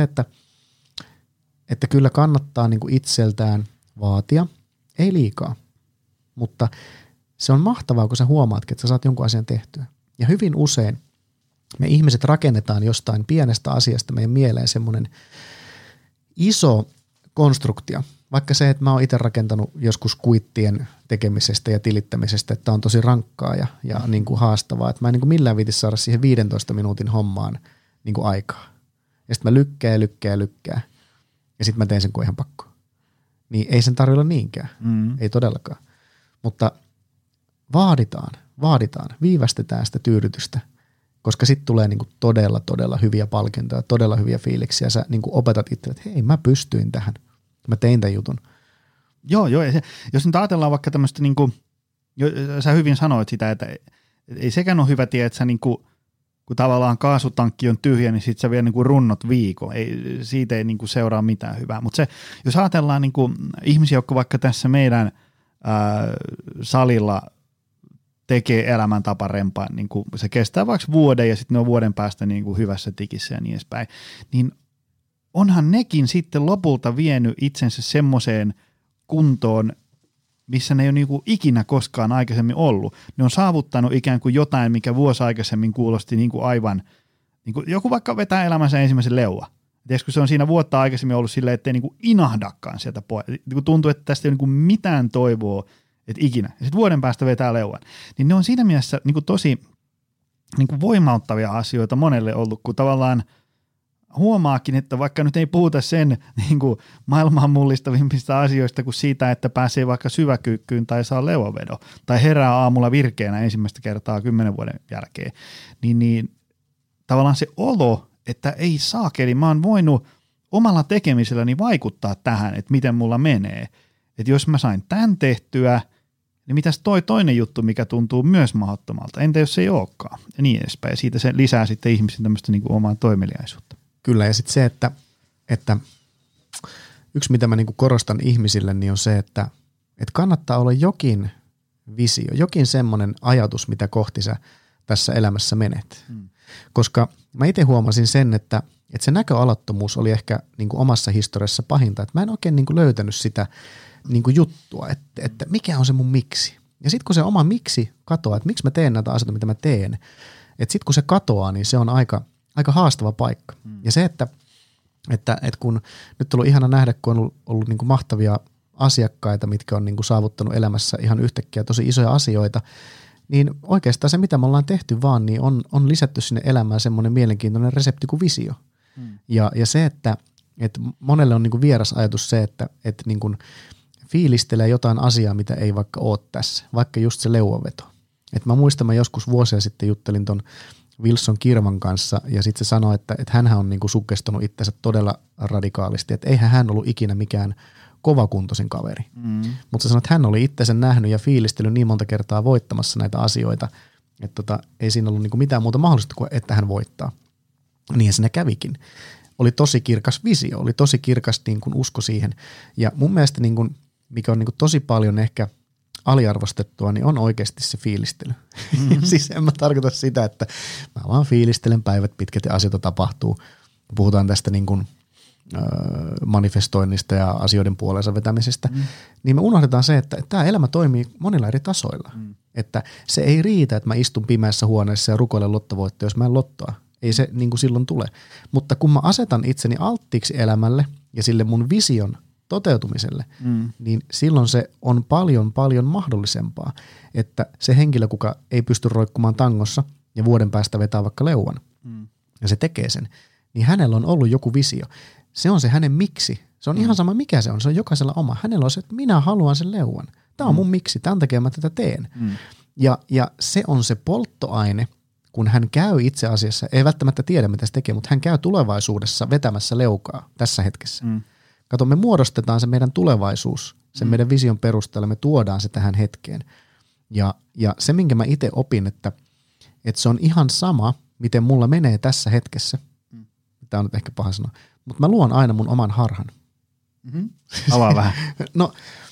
että kyllä kannattaa niin kuin itseltään vaatia, ei liikaa, mutta se on mahtavaa, kun sä huomaat, että sä saat jonkun asian tehtyä. Ja hyvin usein me ihmiset rakennetaan jostain pienestä asiasta meidän mieleen semmoinen iso konstruktio. Vaikka se, että mä oon itse rakentanut joskus kuittien tekemisestä ja tilittämisestä, että on tosi rankkaa ja niin kuin haastavaa, että mä en niin kuin millään viitisi saada siihen 15 minuutin hommaan niin kuin aikaa. Ja sitten mä lykkään. Ja sitten mä teen sen, kun ihan pakko. Niin ei sen tarvitse olla niinkään. Ei todellakaan. Mutta vaaditaan, viivästetään sitä tyydytystä, koska sitten tulee niin kuin todella hyviä palkintoja, todella hyviä fiiliksiä. Sä niin kuin opetat itselle, että hei, mä pystyin tähän. Mä tein tämän jutun. Joo. Jos nyt ajatellaan vaikka tämmöistä, niin kuin, sä hyvin sanoit sitä, että ei sekään ole hyvä tie, että sä niin kuin kun tavallaan kaasutankki on tyhjä, niin sitten sä vielä niin kuin runnot viikon. Siitä ei niin kuin seuraa mitään hyvää. Mutta se, jos ajatellaan niin kuin ihmisiä, jotka vaikka tässä meidän salilla tekee elämäntapa rempaa, niin kuin se kestää vaikka vuoden ja sitten ne on vuoden päästä niin kuin hyvässä tikissä ja niin edespäin, niin onhan nekin sitten lopulta vienyt itsensä semmoiseen kuntoon, missä ne ei ole niin kuin ikinä koskaan aikaisemmin ollut. Ne on saavuttanut ikään kuin jotain, mikä vuosi aikaisemmin kuulosti niin kuin aivan, niin kuin joku vaikka vetää elämänsä ensimmäisen leua. Tiedätkö, se on siinä vuotta aikaisemmin ollut silleen, ettei niin kuin inahdakaan sieltä pois. Niin tuntuu, että tästä ei ole niin kuin mitään toivoa, että ikinä. Ja sitten vuoden päästä vetää leuan. Niin ne on siinä mielessä niin kuin tosi niin kuin voimauttavia asioita monelle ollut, kun tavallaan huomaakin, että vaikka nyt ei puhuta sen niin kuin maailman mullistavimmista asioista kuin siitä, että pääsee vaikka syväkyykkyyn tai saa leuavedo tai herää aamulla virkeänä ensimmäistä kertaa 10 vuoden jälkeen, niin tavallaan se olo, että ei saakeli, mä oon voinut omalla tekemiselläni vaikuttaa tähän, että miten mulla menee. Että jos mä sain tämän tehtyä, niin mitäs toinen juttu, mikä tuntuu myös mahdottomalta, entä jos se ei olekaan ja niin edespäin. Ja siitä se lisää sitten ihmisen tämmöistä niin kuin omaa toimeliaisuutta. Kyllä, ja sitten se, että yksi mitä mä niinku korostan ihmisille, niin on se, että kannattaa olla jokin visio, jokin semmoinen ajatus, mitä kohti sä tässä elämässä menet. Koska mä itse huomasin sen, että se näköalattomuus oli ehkä niinku omassa historiassa pahinta, että mä en oikein niinku löytänyt sitä niinku juttua, että mikä on se mun miksi. Ja sitten kun se oma miksi katoaa, että miksi mä teen näitä asioita, mitä mä teen, että sitten kun se katoaa, niin se on aika haastava paikka. Ja se, että kun nyt on ollut ihana nähdä, kun on ollut niin kuin mahtavia asiakkaita, mitkä on niin kuin saavuttanut elämässä ihan yhtäkkiä tosi isoja asioita, niin oikeastaan se, mitä me ollaan tehty vaan, niin on lisätty sinne elämään semmoinen mielenkiintoinen resepti kuin visio. Ja se, että monelle on niin kuin vieras ajatus se, että niin kuin fiilistelee jotain asiaa, mitä ei vaikka ole tässä, vaikka just se leuaveto. Et mä muistan, mä joskus vuosia sitten juttelin ton Wilson Kirvan kanssa ja sitten se sanoi, että hänhän on niinku sukkestunut itsensä todella radikaalisti, että eihän hän ollut ikinä mikään kovakuntoisin kaveri. Mutta se sanoi, että hän oli itsensä nähnyt ja fiilistellyt niin monta kertaa voittamassa näitä asioita, että ei siinä ollut niinku mitään muuta mahdollista kuin, että hän voittaa. Niin siinä kävikin. Oli tosi kirkas visio, oli tosi kirkas niinku usko siihen ja mun mielestä niinku, mikä on niinku tosi paljon ehkä aliarvostettua, niin on oikeasti se fiilistely. Siis en mä tarkoita sitä, että mä vaan fiilistelen päivät pitkät ja asioita tapahtuu. Puhutaan tästä niin kuin, manifestoinnista ja asioiden puoleensa vetämisestä. Niin me unohdetaan se, että tämä elämä toimii monilla eri tasoilla. Että se ei riitä, että mä istun pimeässä huoneessa ja rukoilen lottovoittoa, jos mä en lottoa. Ei se niin kuin silloin tule. Mutta kun mä asetan itseni alttiiksi elämälle ja sille mun vision toteutumiselle, niin silloin se on paljon, paljon mahdollisempaa, että se henkilö, kuka ei pysty roikkumaan tangossa ja vuoden päästä vetää vaikka leuan, ja se tekee sen, niin hänellä on ollut joku visio. Se on se hänen miksi. Se on ihan sama, mikä se on jokaisella oma. Hänellä on se, että minä haluan sen leuan. Tämä on mun miksi, tämän takia mä tätä teen. Ja se on se polttoaine, kun hän käy itse asiassa, ei välttämättä tiedä, mitä se tekee, mutta hän käy tulevaisuudessa vetämässä leukaa tässä hetkessä. Kato, me muodostetaan se meidän tulevaisuus, sen meidän vision perusteella, me tuodaan se tähän hetkeen. Ja se, minkä mä itse opin, että se on ihan sama, miten mulla menee tässä hetkessä. Tämä on nyt ehkä paha sanoa, mutta mä luon aina mun oman harhan. Avaa vähän. No,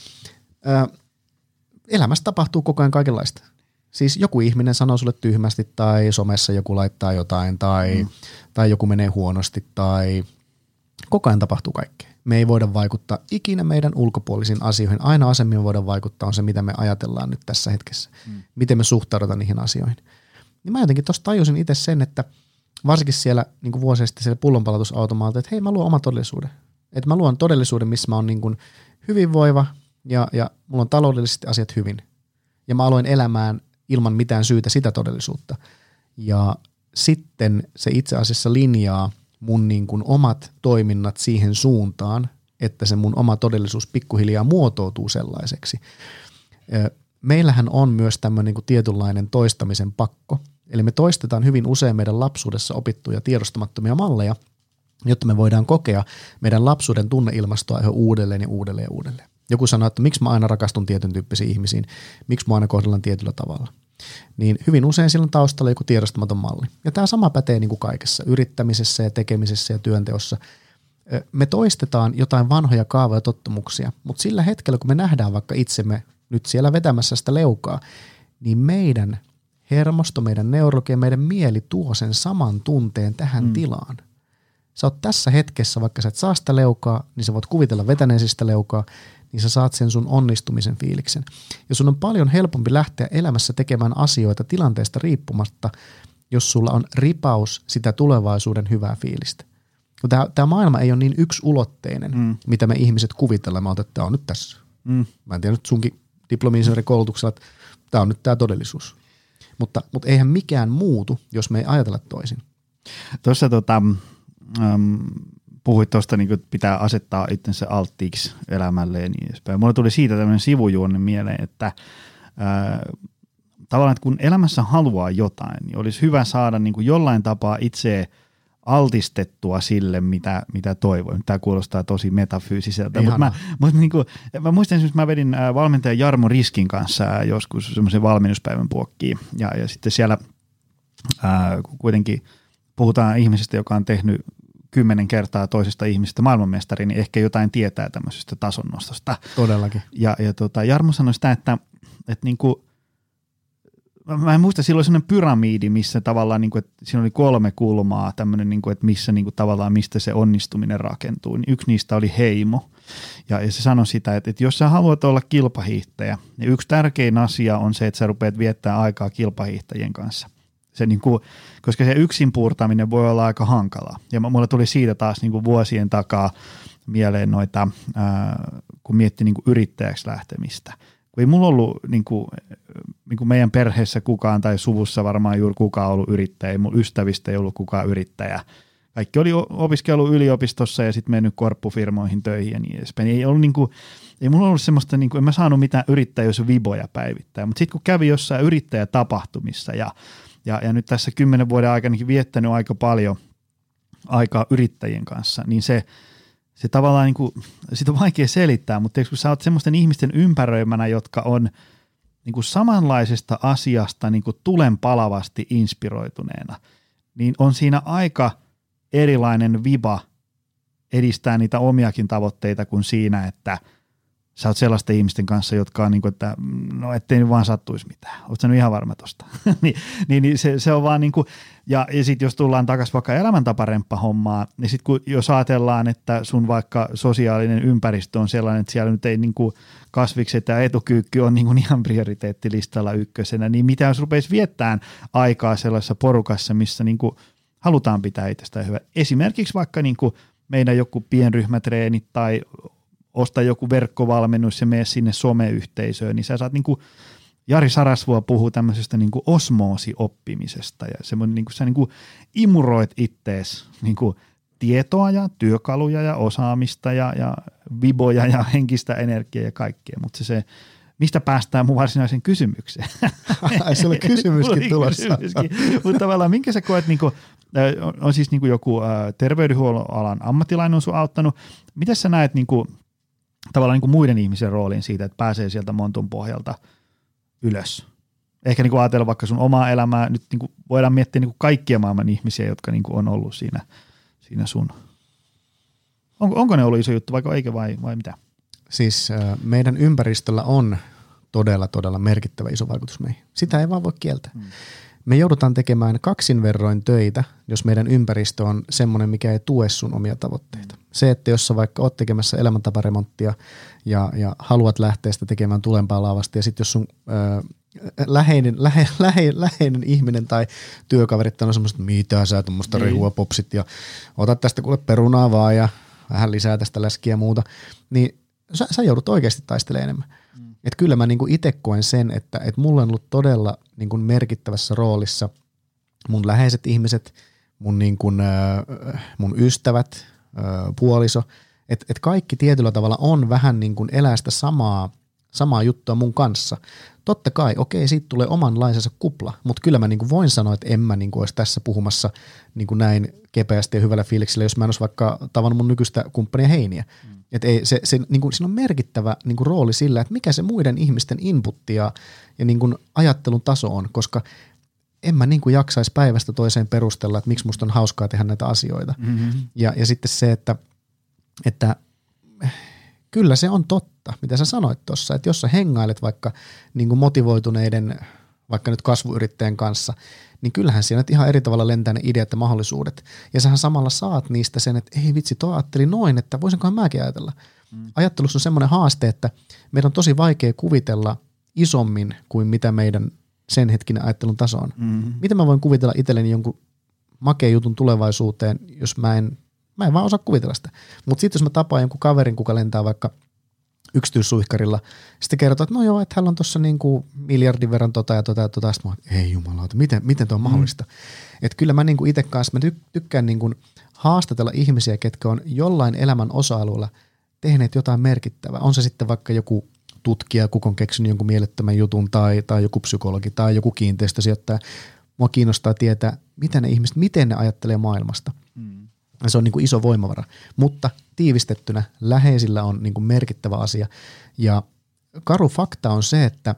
elämässä tapahtuu koko ajan kaikenlaista. Siis joku ihminen sanoo sulle tyhmästi tai somessa joku laittaa jotain tai joku menee huonosti tai koko ajan tapahtuu kaikkea. Me ei voida vaikuttaa ikinä meidän ulkopuolisiin asioihin. Aina asemmin me voidaan vaikuttaa on se, mitä me ajatellaan nyt tässä hetkessä. Miten me suhtaudutaan niihin asioihin. Niin mä jotenkin tuossa tajusin itse sen, että varsinkin siellä niin kuin vuosia sitten siellä pullonpalautusautomaalta, että hei, mä luon oman todellisuuden. Että mä luon todellisuuden, missä mä oon niin kuin hyvinvoiva ja mulla on taloudellisesti asiat hyvin. Ja mä aloin elämään ilman mitään syytä sitä todellisuutta. Ja sitten se itse asiassa linjaa mun niin kuin omat toiminnat siihen suuntaan, että se mun oma todellisuus pikkuhiljaa muotoutuu sellaiseksi. Meillähän on myös tämmöinen niin kuin tietynlainen toistamisen pakko. Eli me toistetaan hyvin usein meidän lapsuudessa opittuja tiedostamattomia malleja, jotta me voidaan kokea meidän lapsuuden tunneilmastoa yhä uudelleen ja uudelleen ja uudelleen. Joku sanoo, että miksi mä aina rakastun tietyn tyyppisiin ihmisiin, miksi mä aina kohdellaan tietyllä tavalla. niin hyvin usein siellä on taustalla joku tiedostamaton malli. Ja tämä sama pätee niin kuin kaikessa, yrittämisessä ja tekemisessä ja työnteossa. Me toistetaan jotain vanhoja kaavoja ja tottumuksia, mutta sillä hetkellä, kun me nähdään vaikka itsemme nyt siellä vetämässä sitä leukaa, niin meidän hermosto, meidän neurologia, meidän mieli tuo sen saman tunteen tähän tilaan. Sä oot tässä hetkessä, vaikka sä et saa sitä leukaa, niin sä voit kuvitella vetäneesi sitä leukaa, niin sä saat sen sun onnistumisen fiiliksen. Ja sun on paljon helpompi lähteä elämässä tekemään asioita tilanteesta riippumatta, jos sulla on ripaus sitä tulevaisuuden hyvää fiilistä. Tämä maailma ei ole niin yksulotteinen, mitä me ihmiset kuvitellaan. Mä oon, että tämä on nyt tässä. Mä en tiedä nyt sunkin diplomi-insinöörikoulutuksella, että tämä on nyt tämä todellisuus. Mutta eihän mikään muutu, jos me ei ajatella toisin. Tuossa puhuit tuosta, niin että pitää asettaa itsensä alttiiksi elämälle ja niin edespäin. Mulle tuli siitä tämmöinen sivujuonne mieleen, että tavallaan, että kun elämässä haluaa jotain, niin olisi hyvä saada niin kuin jollain tapaa itse altistettua sille, mitä toivoin. Tämä kuulostaa tosi metafyysiseltä. Mä muistan esimerkiksi, mä vedin valmentaja Jarmo Riskin kanssa joskus semmoisen valmennuspäivän puokkiin. Ja sitten siellä kuitenkin puhutaan ihmisestä, joka on tehnyt 10 kertaa toisesta ihmisestä maailmanmestari, niin ehkä jotain tietää tämmöisestä tasonnostosta. Todellakin. Ja Jarmo sanoi sitä, että niin kuin, mä en muista, silloin sellainen pyramidi, missä tavallaan, niin kuin, että siinä oli 3 kulmaa, tämmöinen, niin kuin, että missä niin kuin, tavallaan, mistä se onnistuminen rakentuu. Niin yksi niistä oli heimo. Ja se sanoi sitä, että jos sä haluat olla kilpahiihtäjä, niin yksi tärkein asia on se, että sä rupeat viettää aikaa kilpahiihtäjien kanssa. Se, niin kuin, koska se yksin puurtaminen voi olla aika hankalaa. Ja mulle tuli siitä taas niin kuin vuosien takaa mieleen noita, kun mietti niin kuin yrittäjäksi lähtemistä. Kun ei mulla ollut niin kuin meidän perheessä kukaan tai suvussa varmaan juuri kukaan ollut yrittäjä, ei mun ystävistä ei ollut kukaan yrittäjä. Kaikki oli opiskellut yliopistossa ja sitten mennyt korppufirmoihin töihin ja niin edespäin. Ei mulla ollut semmoista, niin kuin, en mä saanut mitään yrittäjyysviboja päivittää, mutta sitten kun kävi jossain yrittäjätapahtumissa ja nyt tässä 10 vuoden aikanakin viettänyt aika paljon aikaa yrittäjien kanssa, niin se tavallaan, niin kuin, sitä on vaikea selittää, mutta kun sä oot semmoisten ihmisten ympäröimänä, jotka on niin kuin samanlaisesta asiasta niin kuin tulenpalavasti inspiroituneena, niin on siinä aika erilainen viba edistää niitä omiakin tavoitteita kuin siinä, että sä oot sellaisten ihmisten kanssa, jotka on niin kuin, että no ettei nyt vaan sattuisi mitään. Oot sä nyt ihan varma tosta? niin se on vaan niin kuin, ja sitten jos tullaan takaisin vaikka elämäntaparemppa-hommaa, niin sitten jos ajatellaan, että sun vaikka sosiaalinen ympäristö on sellainen, että siellä nyt ei niin kuin kasvikset ja etukyykky on niin kuin ihan prioriteettilistalla ykkösenä, niin mitä jos rupeisi viettämään aikaa sellaisessa porukassa, missä niin kuin halutaan pitää itsestään hyvä. Esimerkiksi vaikka niin kuin meidän joku pienryhmätreenit tai osta joku verkkovalmennus ja mene sinne someyhteisöön, niin sä saat niin kuin Jari Sarasvuo puhuu tämmöisestä niin kuin osmoosioppimisesta ja semmoinen niin kuin sä niin kuin imuroit ittees niin kuin tietoa ja työkaluja ja osaamista ja viboja ja henkistä energiaa ja kaikkea, mutta se mistä päästään mun varsinaisen kysymykseen. Se oli kysymyskin tulossa. Mutta tavallaan minkä sä koet, niin kuin, on siis niin kuin joku terveydenhuollon alan ammattilainen on sun auttanut, miten sä näet niin kuin, tavallaan niin kuin muiden ihmisen roolin siitä, että pääsee sieltä montun pohjalta ylös? Ehkä niin kuin ajatella vaikka sun omaa elämää, nyt niin kuin voidaan miettiä niin kuin kaikkia maailman ihmisiä, jotka niin kuin on ollut siinä sun. Onko ne ollut iso juttu vaikka eikä vai mitä? Siis meidän ympäristöllä on todella merkittävä iso vaikutus meihin. Sitä ei vaan voi kieltää. Me joudutaan tekemään 2 verroin töitä, jos meidän ympäristö on semmoinen, mikä ei tue sun omia tavoitteita. Se, että jos sä vaikka oot tekemässä elämäntaparemonttia ja haluat lähteä sitä tekemään tulempaa laavasti ja sitten jos sun läheinen ihminen tai työkaverit on semmoista, että mitä sä tuommoista rehua popsit ja otat tästä kuule perunaa vaan ja vähän lisää tästä läskiä ja muuta, niin sä joudut oikeasti taistelemaan enemmän. Että kyllä mä niinku itse koen sen, että mulla on ollut todella niinku merkittävässä roolissa mun läheiset ihmiset, mun ystävät, puoliso, että kaikki tietyllä tavalla on vähän niin kuin elää sitä samaa juttua mun kanssa. Totta kai, okei, siitä tulee omanlaisensa kupla, mutta kyllä mä niinku voin sanoa, että en mä niinku olisi tässä puhumassa niinku näin kepeästi ja hyvällä fiiliksellä, jos mä en olisi vaikka tavannut mun nykyistä kumppania Heiniä. Että niin kuin, siinä on merkittävä niin kuin rooli sillä, että mikä se muiden ihmisten inputti ja niin kuin ajattelun taso on, koska en mä niin kuin jaksaisi päivästä toiseen perustella, että miksi musta on hauskaa tehdä näitä asioita. Mm-hmm. Ja sitten se, että kyllä se on totta, mitä sä sanoit tuossa, että jos sä hengailet vaikka niin kuin motivoituneiden, vaikka nyt kasvuyrittäjän kanssa, niin kyllähän siinä ihan eri tavalla lentää ne ideat ja mahdollisuudet. Ja sähän samalla saat niistä sen, että ei vitsi, toi ajatteli noin, että voisinkohan mäkin ajatella. Ajattelussa on semmoinen haaste, että meidän on tosi vaikea kuvitella isommin kuin mitä meidän sen hetkinen ajattelun taso on. Miten mä voin kuvitella itselleni jonkun makeen jutun tulevaisuuteen, jos mä en vaan osaa kuvitella sitä. Mutta sitten jos mä tapaan jonkun kaverin, kuka lentää vaikka yksityissuihkarilla, sitten kertoo, että no joo, että hänellä on tuossa niinku miljardin verran tota ja tota. Sitten mä oon, ei jumalauta, miten tuo on mahdollista? Että kyllä mä niinku itse kanssa, mä tykkään niinku haastatella ihmisiä, ketkä on jollain elämän osa-alueella tehneet jotain merkittävää. On se sitten vaikka joku tutkija, kuka on keksinyt jonkun mielettömän jutun tai joku psykologi tai joku kiinteistösijoittaja. Mua kiinnostaa tietää, miten ne ajattelee maailmasta. Se on niin kuin iso voimavara, mutta tiivistettynä läheisillä on niin kuin merkittävä asia. Ja karu fakta on se, että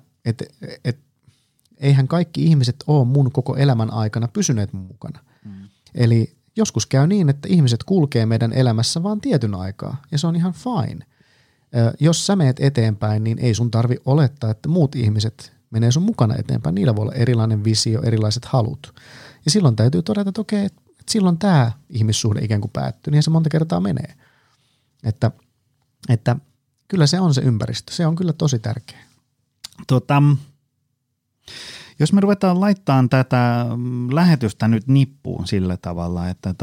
eihän kaikki ihmiset ole mun koko elämän aikana pysyneet mun mukana. Eli joskus käy niin, että ihmiset kulkee meidän elämässä vaan tietyn aikaa ja se on ihan fine. Jos sä meet eteenpäin, niin ei sun tarvi olettaa, että muut ihmiset menee sun mukana eteenpäin. Niillä voi olla erilainen visio, erilaiset halut. Ja silloin täytyy todeta, että okei, että silloin tämä ihmissuhde ikään kuin päättyy, niin se monta kertaa menee. Että kyllä se on se ympäristö. Se on kyllä tosi tärkeä. Jos me ruvetaan laittamaan tätä lähetystä nyt nippuun sillä tavalla, että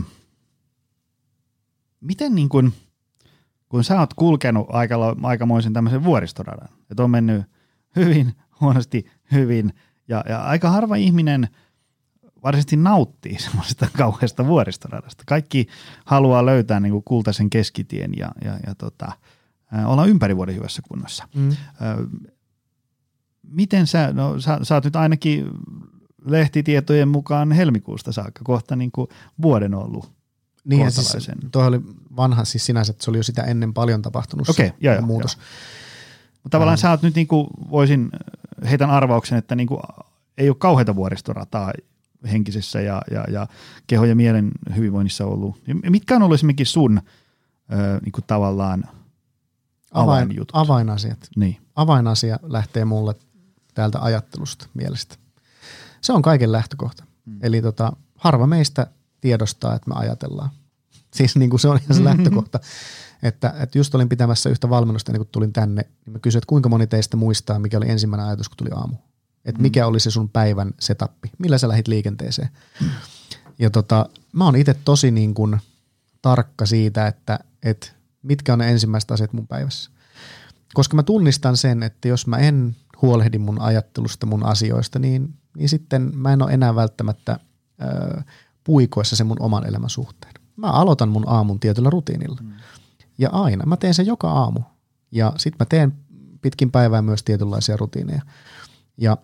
miten niin kun sä oot kulkenut aikamoisen tämmöisen vuoristoradan, että on mennyt hyvin, huonosti, hyvin ja aika harva ihminen varsinaisesti nauttii semmoisesta kauheasta vuoristoradasta. Kaikki haluaa löytää niin kuin kultaisen keskitien ja olla ympäri vuoden hyvässä kunnossa. Miten sä oot nyt ainakin lehtitietojen mukaan helmikuusta saakka kohta niin kuin vuoden ollut niin, siis toi oli vanha siis sinänsä, että se oli jo sitä ennen paljon tapahtunut muutos. Tavallaan sä oot nyt, niin kuin heitän arvauksen, että niin kuin ei ole kauheita vuoristorataa henkisessä ja kehon ja mielen hyvinvoinnissa ollut. Mitkä on ollut esimerkiksi sun niin kuin tavallaan avainjutut? Avainasiat. Niin. Avainasia lähtee mulle täältä ajattelusta mielestä. Se on kaiken lähtökohta. Eli harva meistä tiedostaa, että me ajatellaan. Siis niin kuin se on ihan se lähtökohta. Että just olin pitämässä yhtä valmennusta ennen kuin tulin tänne, niin mä kysyin, että kuinka moni teistä muistaa, mikä oli ensimmäinen ajatus, kun tuli aamu. Että mikä oli se sun päivän setappi, millä sä lähdit liikenteeseen. Ja mä oon itse tosi niin kuin tarkka siitä, että mitkä on ne ensimmäiset asiat mun päivässä. Koska mä tunnistan sen, että jos mä en huolehdi mun ajattelusta, mun asioista, niin sitten mä en ole enää välttämättä puikoissa sen mun oman elämän suhteen. Mä aloitan mun aamun tietyllä rutiinilla. Ja aina. Mä teen sen joka aamu. Ja sit mä teen pitkin päivää myös tietynlaisia rutiineja. Ja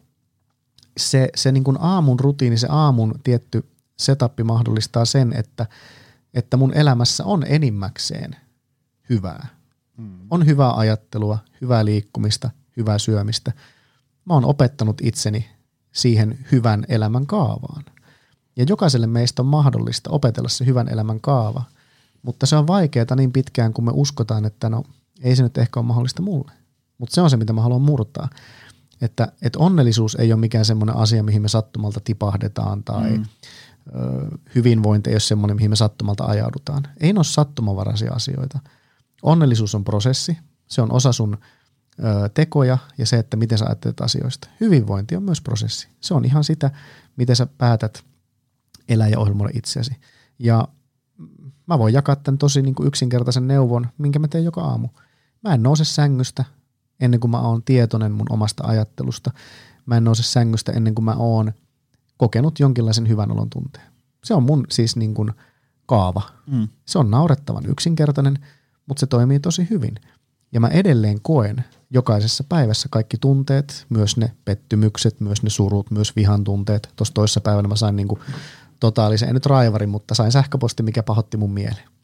se niin kuin aamun rutiini, se aamun tietty setappi mahdollistaa sen, että mun elämässä on enimmäkseen hyvää. On hyvää ajattelua, hyvää liikkumista, hyvää syömistä. Mä oon opettanut itseni siihen hyvän elämän kaavaan. Ja jokaiselle meistä on mahdollista opetella se hyvän elämän kaava, mutta se on vaikeaa niin pitkään, kun me uskotaan, että no ei se nyt ehkä ole mahdollista mulle. Mutta se on se, mitä mä haluan murtaa. Että onnellisuus ei ole mikään semmoinen asia, mihin me sattumalta tipahdetaan tai hyvinvointi ei ole semmoinen, mihin me sattumalta ajaudutaan. Ei ne ole sattumavaraisia asioita. Onnellisuus on prosessi, se on osa sun tekoja ja se, että miten sä ajattelet asioista. Hyvinvointi on myös prosessi. Se on ihan sitä, miten sä päätät elää ja ohjelmoida itseäsi. Ja mä voin jakaa tämän tosi niin kuin yksinkertaisen neuvon, minkä mä teen joka aamu. Mä en nouse sängystä ennen kuin mä oon tietoinen mun omasta ajattelusta. Mä en nouse sängystä ennen kuin mä oon kokenut jonkinlaisen hyvän olon tunteen. Se on mun siis niin kuin kaava. Se on naurettavan yksinkertainen, mutta se toimii tosi hyvin. Ja mä edelleen koen jokaisessa päivässä kaikki tunteet, myös ne pettymykset, myös ne surut, myös vihan tunteet. Tuossa toissa päivänä mä sain niin kuin totaalisen, en nyt raivarin, mutta sain sähköposti, mikä pahoitti mun mieleen.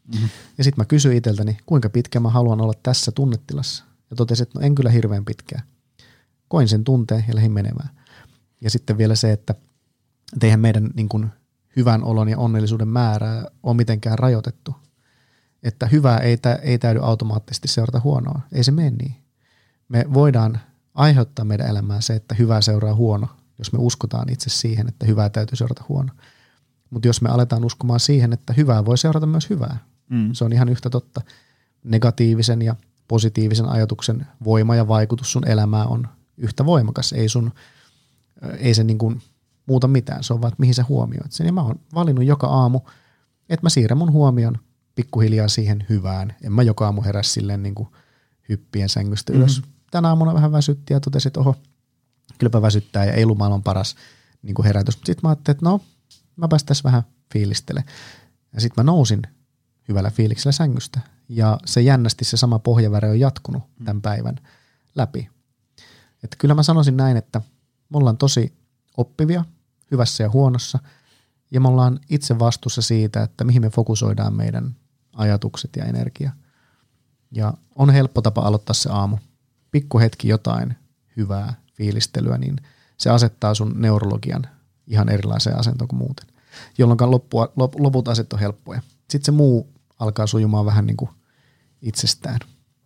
Mm-hmm. Ja sitten mä kysyin itseltäni, kuinka pitkään mä haluan olla tässä tunnetilassa. Ja totesin, että no en kyllä hirveän pitkään. Koin sen tunteen ja lähdin menemään. Ja sitten vielä se, että eihän meidän niin kuin hyvän olon ja onnellisuuden määrää ole mitenkään rajoitettu. Että hyvää ei täydy automaattisesti seurata huonoa. Ei se mene niin. Me voidaan aiheuttaa meidän elämään se, että hyvää seuraa huono, jos me uskotaan itse siihen, että hyvää täytyy seurata huono. Mutta jos me aletaan uskomaan siihen, että hyvää voi seurata myös hyvää, se on ihan yhtä totta. Negatiivisen ja positiivisen ajatuksen voima ja vaikutus sun elämään on yhtä voimakas. Ei se niin kuin muuta mitään, se on vaan, että mihin sä huomioit sen. Ja mä oon valinnut joka aamu, että mä siirrän mun huomion pikkuhiljaa siihen hyvään. En mä joka aamu herää silleen niin kuin hyppien sängystä ylös. Tänä aamuna vähän väsytti ja totesin, että oho, kylläpä väsyttää ja ei ollut maailman paras niin kuin herätys. Sitten mä ajattelin, että no, mä päästäis vähän fiilistele. Ja sitten mä nousin hyvällä fiiliksellä sängystä. Ja se jännästi se sama pohjaväri on jatkunut tämän päivän läpi. Että kyllä mä sanoisin näin, että me ollaan tosi oppivia, hyvässä ja huonossa. Ja me ollaan itse vastuussa siitä, että mihin me fokusoidaan meidän ajatukset ja energia. Ja on helppo tapa aloittaa se aamu. Pikku hetki jotain hyvää fiilistelyä, niin se asettaa sun neurologian ihan erilaiseen asentoon kuin muuten. Jolloin loput asiat on helppoja. Sitten se muu alkaa sujumaan vähän niin kuin itsestään.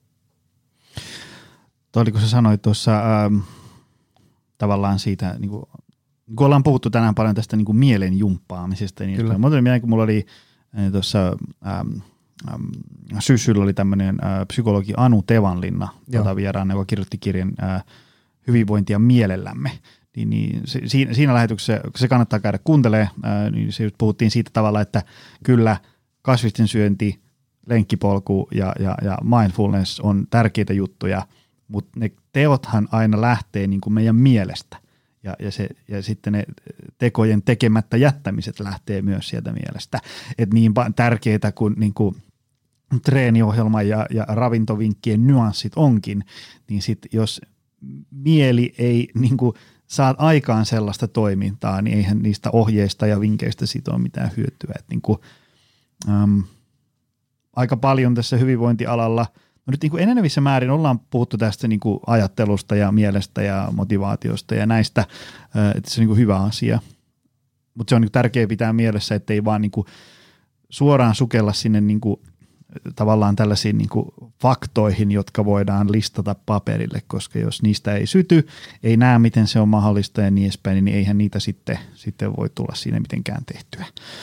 Toi kun sä sanoit tuossa tavallaan siitä, niin kuin, kun ollaan puhuttu tänään paljon tästä niin kuin mielen jumppaamisesta, niin mä tuli mieleen, kun mulla oli tuossa syssyllä oli tämmöinen psykologi Anu Tevanlinna vieraana, joka kirjoitti kirjan Hyvinvointia mielellämme. Niin siinä lähetyksessä, se kannattaa käydä kuuntelemaan, niin se puhuttiin siitä tavalla, että kyllä kasvisten syönti, lenkkipolku ja mindfulness on tärkeitä juttuja, mutta ne teothan aina lähtee niin kuin meidän mielestä. Ja sitten ne tekojen tekemättä jättämiset lähtee myös sieltä mielestä. Että niin tärkeitä kuin niinku treeniohjelma ja ravintovinkkien nyanssit onkin, niin sitten jos mieli ei niinku saa aikaan sellaista toimintaa, niin eihän niistä ohjeista ja vinkkeistä siitä ole mitään hyötyä. Et niinku, aika paljon tässä hyvinvointialalla, no nyt niin kuin enenevissä määrin ollaan puhuttu tästä niin kuin ajattelusta ja mielestä ja motivaatiosta ja näistä, että se on niin kuin hyvä asia. Mutta se on niin kuin tärkeää pitää mielessä, että ei vaan niin kuin suoraan sukella sinne niin kuin tavallaan tällaisiin niin kuin faktoihin, jotka voidaan listata paperille, koska jos niistä ei syty, ei näe miten se on mahdollista ja niin edespäin, niin eihän niitä sitten voi tulla siinä mitenkään tehtyä.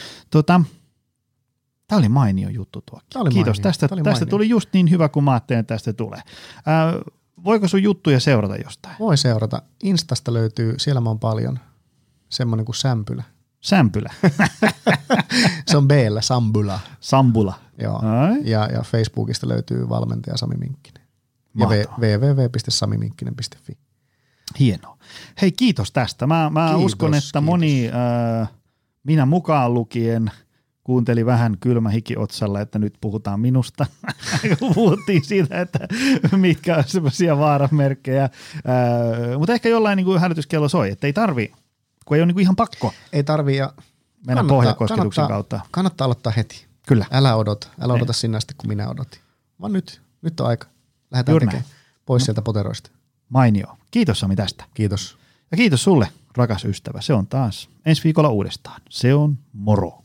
Tämä oli mainio juttu tuokin. Kiitos. Tästä tuli just niin hyvä, kuin mä ajattelin, että tästä tulee. Voiko sun juttuja seurata jostain? Voi seurata. Instasta löytyy, siellä mä oon paljon, semmoinen kuin Sämpylä. Sämpylä. Se on B-llä, Sambula. Sambula. Joo. Ja Facebookista löytyy valmentaja Sami Minkkinen. Ja www.samiminkkinen.fi. Hienoa. Hei, kiitos tästä. Mä uskon, että moni, minä mukaan lukien, kuunteli vähän kylmä hiki otsalla, että nyt puhutaan minusta. Puhuttiin siitä, että mitkä on sellaisia vaaramerkkejä. Mutta ehkä jollain niin kuin hälytyskello soi, että ei tarvi, kun ei ole niin kuin ihan pakko. Ei tarvi ja mennä pohjakosketuksen kautta. Kannattaa aloittaa heti. Kyllä. Älä odota sinne asti, kun minä odotin. Vaan nyt on aika. Lähdetään tekemään pois sieltä poteroista. Mainio. Kiitos Sami tästä. Kiitos. Ja kiitos sulle, rakas ystävä. Se on taas ensi viikolla uudestaan. Se on moro.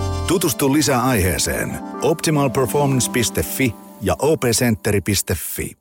Tutustu lisää aiheeseen optimalperformance.fi ja opcenteri.fi.